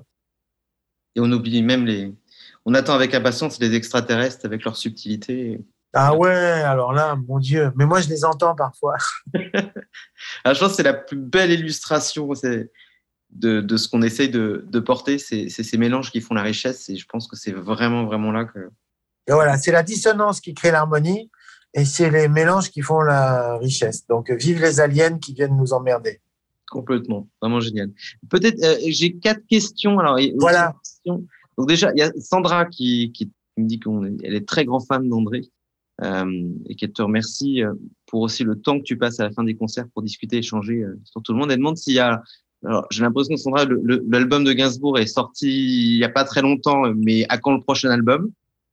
A: Et on oublie même les, on attend avec impatience les extraterrestres avec leur subtilité.
B: Ah ouais, alors là, mon Dieu. Mais moi, je les entends parfois.
A: Alors, je pense que c'est la plus belle illustration c'est de, de ce qu'on essaye de, de porter. C'est, c'est ces mélanges qui font la richesse. Et je pense que c'est vraiment, vraiment là que.
B: Et voilà, c'est la dissonance qui crée l'harmonie. Et c'est les mélanges qui font la richesse. Donc, vive les aliens qui viennent nous emmerder.
A: Complètement, vraiment génial. Peut-être, euh, j'ai quatre questions. Alors,
B: voilà.
A: Questions. Donc déjà, il y a Sandra qui, qui me dit qu'elle est très grand fan d'André euh, et qu'elle te remercie pour aussi le temps que tu passes à la fin des concerts pour discuter, échanger euh, sur tout le monde. Elle demande s'il y a... Alors, j'ai l'impression que Sandra, le, le, l'album de Gainsbourg est sorti il n'y a pas très longtemps, mais à quand le prochain album?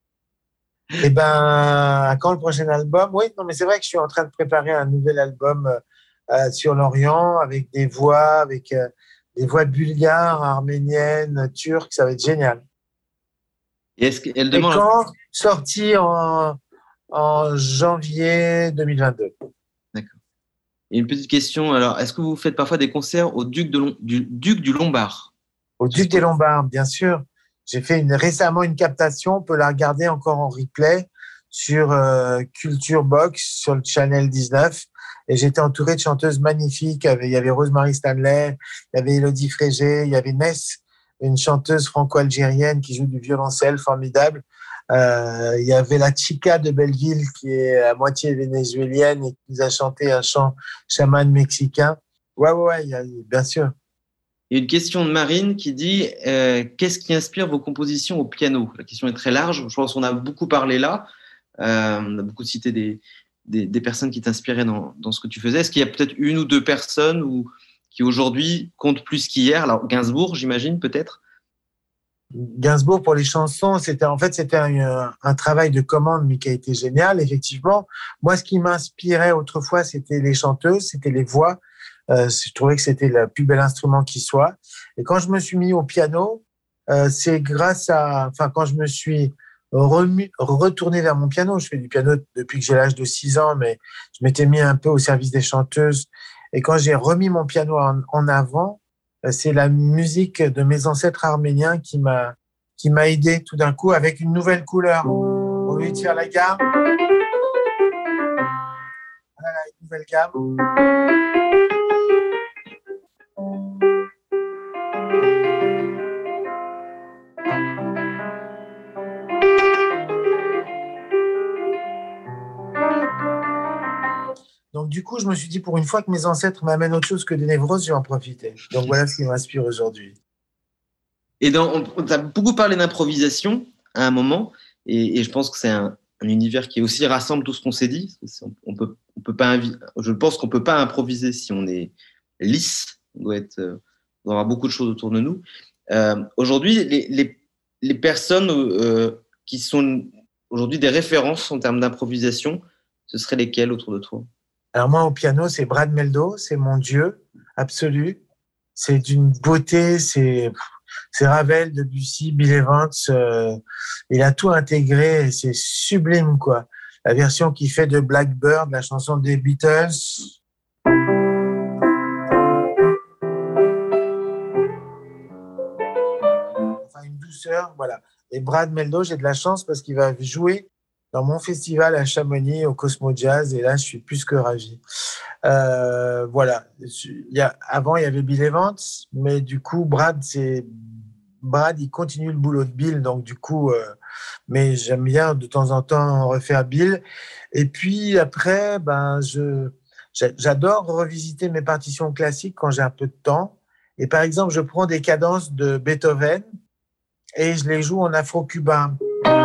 B: Eh ben, à quand le prochain album? Oui, non, mais c'est vrai que je suis en train de préparer un nouvel album euh, sur l'Orient avec des voix, avec euh, des voix bulgares, arméniennes, turques. Ça va être génial.
A: Et est-ce qu'elle demande?
B: Et quand? Sorti en, en janvier deux mille vingt-deux.
A: D'accord. Et une petite question. Alors, est-ce que vous faites parfois des concerts au Duc, de Lom- du, Duc du Lombard?
B: Au Duc des Lombards, bien sûr. J'ai fait une, récemment une captation, on peut la regarder encore en replay sur euh, Culture Box, sur le Channel dix-neuf. Et j'étais entouré de chanteuses magnifiques. Il y avait Rosemary Stanley, il y avait Élodie Frégé, il y avait Ness, une chanteuse franco-algérienne qui joue du violoncelle formidable, Euh, il y avait la Chica de Belleville qui est à moitié vénézuélienne et qui nous a chanté un chant chaman mexicain. Ouais, ouais, ouais, il y a, bien sûr.
A: Il y a une question de Marine qui dit euh, qu'est-ce qui inspire vos compositions au piano? La question est très large. Je pense qu'on a beaucoup parlé là. Euh, on a beaucoup cité des, des, des personnes qui t'inspiraient dans, dans ce que tu faisais. Est-ce qu'il y a peut-être une ou deux personnes ou, qui aujourd'hui comptent plus qu'hier? Alors, Gainsbourg, j'imagine, peut-être?
B: Gainsbourg, pour les chansons, c'était en fait c'était un, un travail de commande, mais qui a été génial, effectivement. Moi, ce qui m'inspirait autrefois, c'était les chanteuses, c'était les voix. Euh, je trouvais que c'était le plus bel instrument qui soit. Et quand je me suis mis au piano, euh, c'est grâce à, enfin, quand je me suis remis, retourné vers mon piano, je fais du piano depuis que j'ai l'âge de six ans, mais je m'étais mis un peu au service des chanteuses. Et quand j'ai remis mon piano en, en avant, c'est la musique de mes ancêtres arméniens qui m'a qui m'a aidé tout d'un coup avec une nouvelle couleur. Au lieu de faire la gamme, voilà une nouvelle gamme. Donc, du coup, je me suis dit, pour une fois que mes ancêtres m'amènent autre chose que des névroses, je vais en profiter. Donc, voilà ce qui m'inspire aujourd'hui.
A: Et dans, on, on a beaucoup parlé d'improvisation à un moment, et, et je pense que c'est un, un univers qui aussi rassemble tout ce qu'on s'est dit. On, on peut, on peut pas, je pense qu'on peut pas improviser si on est lisse. On doit être, euh, on doit avoir beaucoup de choses autour de nous. Euh, aujourd'hui, les, les, les personnes euh, qui sont aujourd'hui des références en termes d'improvisation, ce seraient lesquelles autour de toi?
B: Alors moi, au piano, c'est Brad Meldo, c'est mon dieu absolu. C'est d'une beauté, c'est c'est Ravel, Debussy, Bill Evans. Euh, il a tout intégré et c'est sublime, quoi. La version qu'il fait de Blackbird, la chanson des Beatles. Enfin, une douceur, voilà. Et Brad Meldo, j'ai de la chance parce qu'il va jouer dans mon festival à Chamonix au Cosmo Jazz et là, je suis plus que ravi. Euh, voilà. Il y a, avant, il y avait Bill Evans, mais du coup, Brad, c'est Brad, il continue le boulot de Bill, donc du coup, euh, mais j'aime bien de temps en temps refaire Bill. Et puis après, ben, je, j'adore revisiter mes partitions classiques quand j'ai un peu de temps. Et par exemple, je prends des cadences de Beethoven et je les joue en afro-cubain.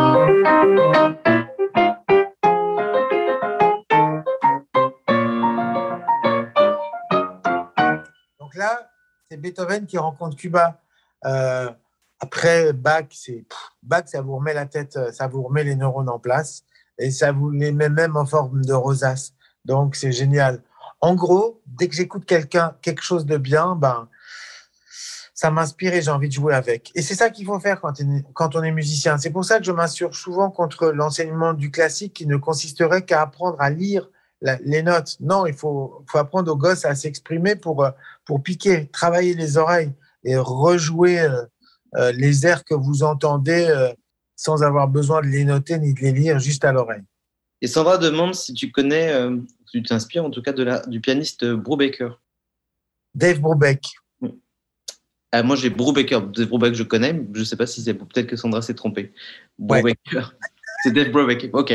B: Donc là, c'est Beethoven qui rencontre Cuba. Euh, après, Bach, c'est, Bach, ça vous remet la tête, ça vous remet les neurones en place et ça vous les met même en forme de rosace. Donc, c'est génial. En gros, dès que j'écoute quelqu'un, quelque chose de bien, ben, ça m'inspire et j'ai envie de jouer avec. Et c'est ça qu'il faut faire quand, quand on est musicien. C'est pour ça que je m'insurge souvent contre l'enseignement du classique qui ne consisterait qu'à apprendre à lire la, les notes. Non, il faut, faut apprendre aux gosses à s'exprimer pour, pour piquer, travailler les oreilles et rejouer euh, euh, les airs que vous entendez euh, sans avoir besoin de les noter ni de les lire, juste à l'oreille.
A: Et Sandra demande si tu connais, euh, tu t'inspires en tout cas de la, du pianiste Brubaker.
B: Dave Brubeck.
A: Euh, moi, j'ai Brubaker. Dave Brubeck, je connais, mais je ne sais pas si c'est peut-être que Sandra s'est trompée. Brubaker. Ouais. C'est Dave Brubeck. Ok.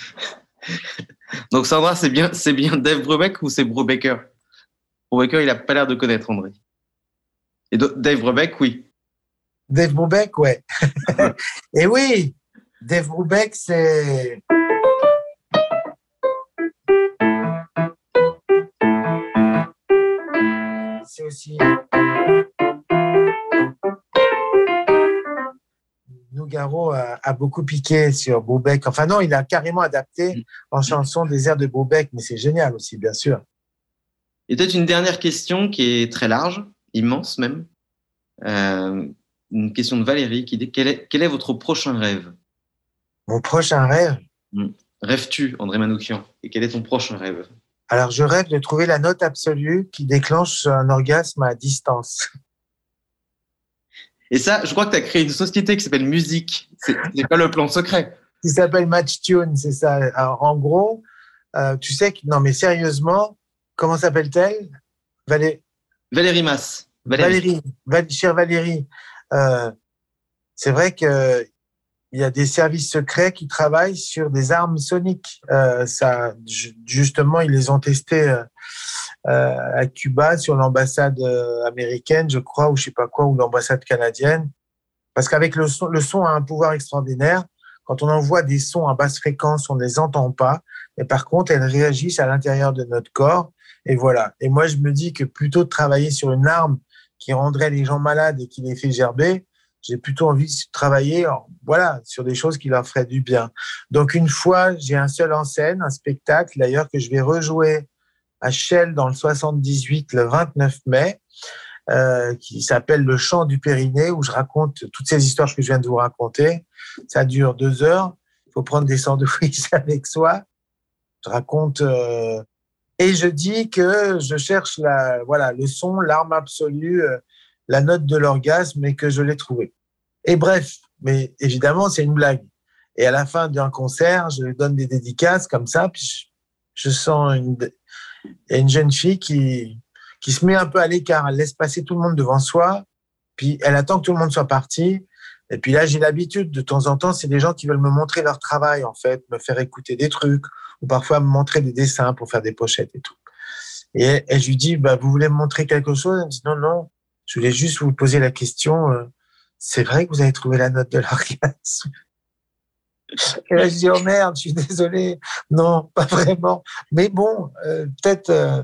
A: Donc Sandra, c'est bien, c'est bien Dave Brubeck ou c'est Brubaker? Brubaker, il n'a pas l'air de connaître André. Et Dave Brubeck, oui.
B: Dave Brubeck, ouais. Et oui, Dave Brubeck, c'est. C'est aussi. Nougaro a, a beaucoup piqué sur Brubeck. Enfin, non, il a carrément adapté en chanson des airs de Brubeck, mais c'est génial aussi, bien sûr.
A: Et peut-être une dernière question qui est très large, immense même. Euh, une question de Valérie qui dit quel est, quel est votre prochain rêve?
B: Mon prochain rêve?
A: Mmh. Rêves-tu, André Manoukian? Et quel est ton prochain rêve?
B: Alors, je rêve de trouver la note absolue qui déclenche un orgasme à distance.
A: Et ça, je crois que tu as créé une société qui s'appelle Musique. C'est, c'est pas le plan secret.
B: Qui s'appelle Match Tune, c'est ça. Alors, en gros, euh, tu sais que, non, mais sérieusement, comment s'appelle-t-elle? Valé...
A: Valérie Masse. Valérie,
B: Valérie, Val... chère Valérie, euh, c'est vrai que il y a des services secrets qui travaillent sur des armes soniques. Euh, ça, justement, ils les ont testées euh, à Cuba sur l'ambassade américaine, je crois, ou je sais pas quoi, ou l'ambassade canadienne. Parce qu'avec le son, le son a un pouvoir extraordinaire. Quand on envoie des sons à basse fréquence, on ne les entend pas. Mais par contre, elles réagissent à l'intérieur de notre corps. Et voilà. Et moi, je me dis que plutôt de travailler sur une arme qui rendrait les gens malades et qui les fait gerber, j'ai plutôt envie de travailler, voilà, sur des choses qui leur feraient du bien. Donc, une fois, j'ai un seul en scène, un spectacle, d'ailleurs, que je vais rejouer à Chelles dans le soixante-dix-huit, le vingt-neuf mai. Euh, qui s'appelle Le Chant du Périnée, où je raconte toutes ces histoires que je viens de vous raconter. Ça dure deux heures. Il faut prendre des sandwichs avec soi. Je raconte euh, et je dis que je cherche la, voilà, le son, l'arme absolue, euh, la note de l'orgasme, et que je l'ai trouvée. Et bref, mais évidemment, c'est une blague. Et à la fin d'un concert, je donne des dédicaces comme ça, puis je, je sens une, il y a une jeune fille qui qui se met un peu à l'écart, elle laisse passer tout le monde devant soi, puis elle attend que tout le monde soit parti. Et puis là, j'ai l'habitude, de temps en temps, c'est des gens qui veulent me montrer leur travail, en fait, me faire écouter des trucs, ou parfois me montrer des dessins pour faire des pochettes et tout. Et, et je lui dis, bah, vous voulez me montrer quelque chose? Elle me dit, non, non, je voulais juste vous poser la question, euh, c'est vrai que vous avez trouvé la note de l'orgasme? Et là, je dis, oh merde, je suis désolé. Non, pas vraiment. Mais bon, euh, peut-être... Euh,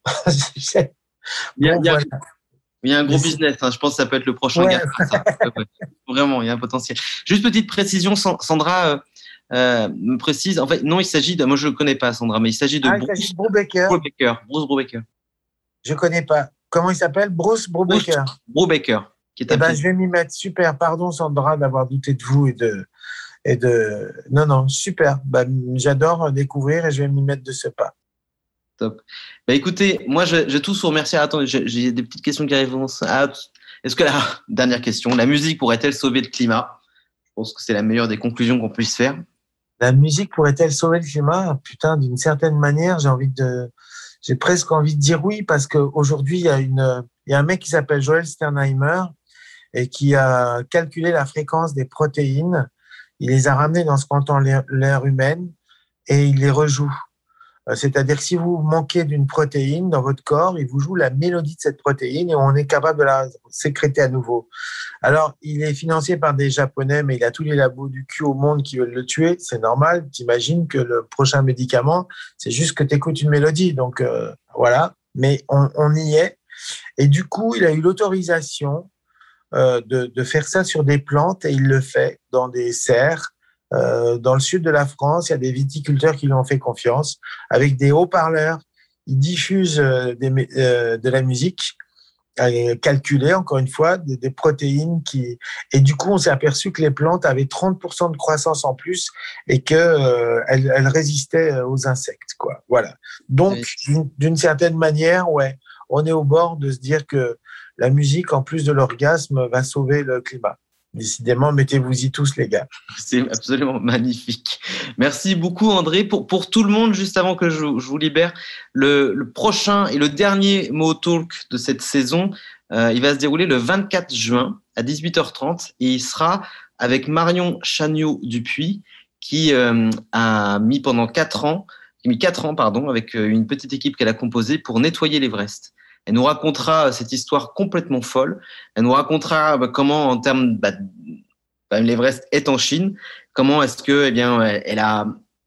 A: Il y a,
B: bon,
A: il y a,
B: voilà.
A: il y a un gros
B: Mais
A: business, hein. Je pense que ça peut être le prochain
B: ouais.
A: gars. Ça. Vraiment, il y a un potentiel. Juste petite précision, Sandra euh, euh, me précise. En fait, non, il s'agit de. Moi, je ne connais pas Sandra, mais il s'agit de
B: Ah, il
A: Bruce
B: s'agit de Brubaker.
A: Brubaker. Bruce Brubaker.
B: Je connais pas. Comment il s'appelle? Bruce Brubaker.
A: Bruce Brubaker. Qui est
B: Eh
A: un
B: ben, je vais m'y mettre. Super. Pardon, Sandra, d'avoir douté de vous et de. Et de... Non, non, super. Ben, j'adore découvrir et je vais m'y mettre de ce pas.
A: Top. Bah, écoutez, moi, je, je tous vous remercier. Attends, j'ai, j'ai des petites questions qui arrivent. Ah, est-ce que la dernière question, la musique pourrait-elle sauver le climat? Je pense que c'est la meilleure des conclusions qu'on puisse faire.
B: La musique pourrait-elle sauver le climat? Putain, d'une certaine manière, j'ai envie de, j'ai presque envie de dire oui, parce qu'aujourd'hui, il y a une, il y a un mec qui s'appelle Joël Sternheimer et qui a calculé la fréquence des protéines. Il les a ramenées dans ce qu'on entend l'air, l'air humaine et il les rejoue. C'est-à-dire que si vous manquez d'une protéine dans votre corps, il vous joue la mélodie de cette protéine et on est capable de la sécréter à nouveau. Alors, il est financé par des Japonais, mais il a tous les labos du cul au monde qui veulent le tuer. C'est normal. T'imagines que le prochain médicament, c'est juste que tu écoutes une mélodie. Donc, euh, voilà. Mais on, on y est. Et du coup, il a eu l'autorisation euh, de, de faire ça sur des plantes et il le fait dans des serres. Euh, dans le sud de la France, il y a des viticulteurs qui lui ont fait confiance. Avec des haut-parleurs, ils diffusent euh, des, euh, de la musique euh, calculée, encore une fois, des, des protéines qui... Et du coup, on s'est aperçu que les plantes avaient trente pour cent de croissance en plus et qu'elles euh, elles résistaient aux insectes, quoi. Voilà. Donc, oui. d'une, d'une certaine manière, ouais, on est au bord de se dire que la musique, en plus de l'orgasme, va sauver le climat. Décidément, mettez-vous-y tous, les gars.
A: C'est absolument magnifique. Merci beaucoup, André. Pour, pour tout le monde, juste avant que je, je vous libère, le, le prochain et le dernier Mo Talk de cette saison, euh, il va se dérouler le vingt-quatre juin à dix-huit heures trente et il sera avec Marion Chagnaud-Dupuis qui euh, a mis pendant quatre ans, qui a mis quatre ans, pardon, avec une petite équipe qu'elle a composée pour nettoyer l'Everest. Elle nous racontera cette histoire complètement folle. Elle nous racontera bah, comment, en termes, bah, bah, l'Everest est en Chine. Comment est-ce que, eh bien, elle a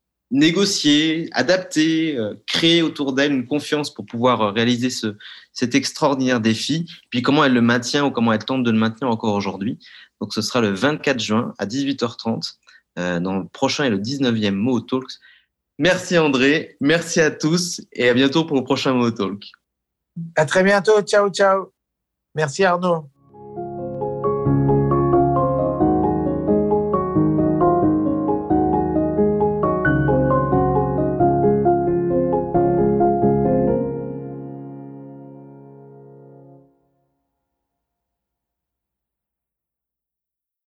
A: négocié, adapté, euh, créé autour d'elle une confiance pour pouvoir réaliser ce, cet extraordinaire défi. Puis comment elle le maintient ou comment elle tente de le maintenir encore aujourd'hui. Donc, ce sera le vingt-quatre juin à dix-huit heures trente euh, dans le prochain et le dix-neuvième Mo Talks. Merci André, merci à tous et à bientôt pour le prochain Mo Talk.
B: À très bientôt. Ciao, ciao. Merci Arnaud.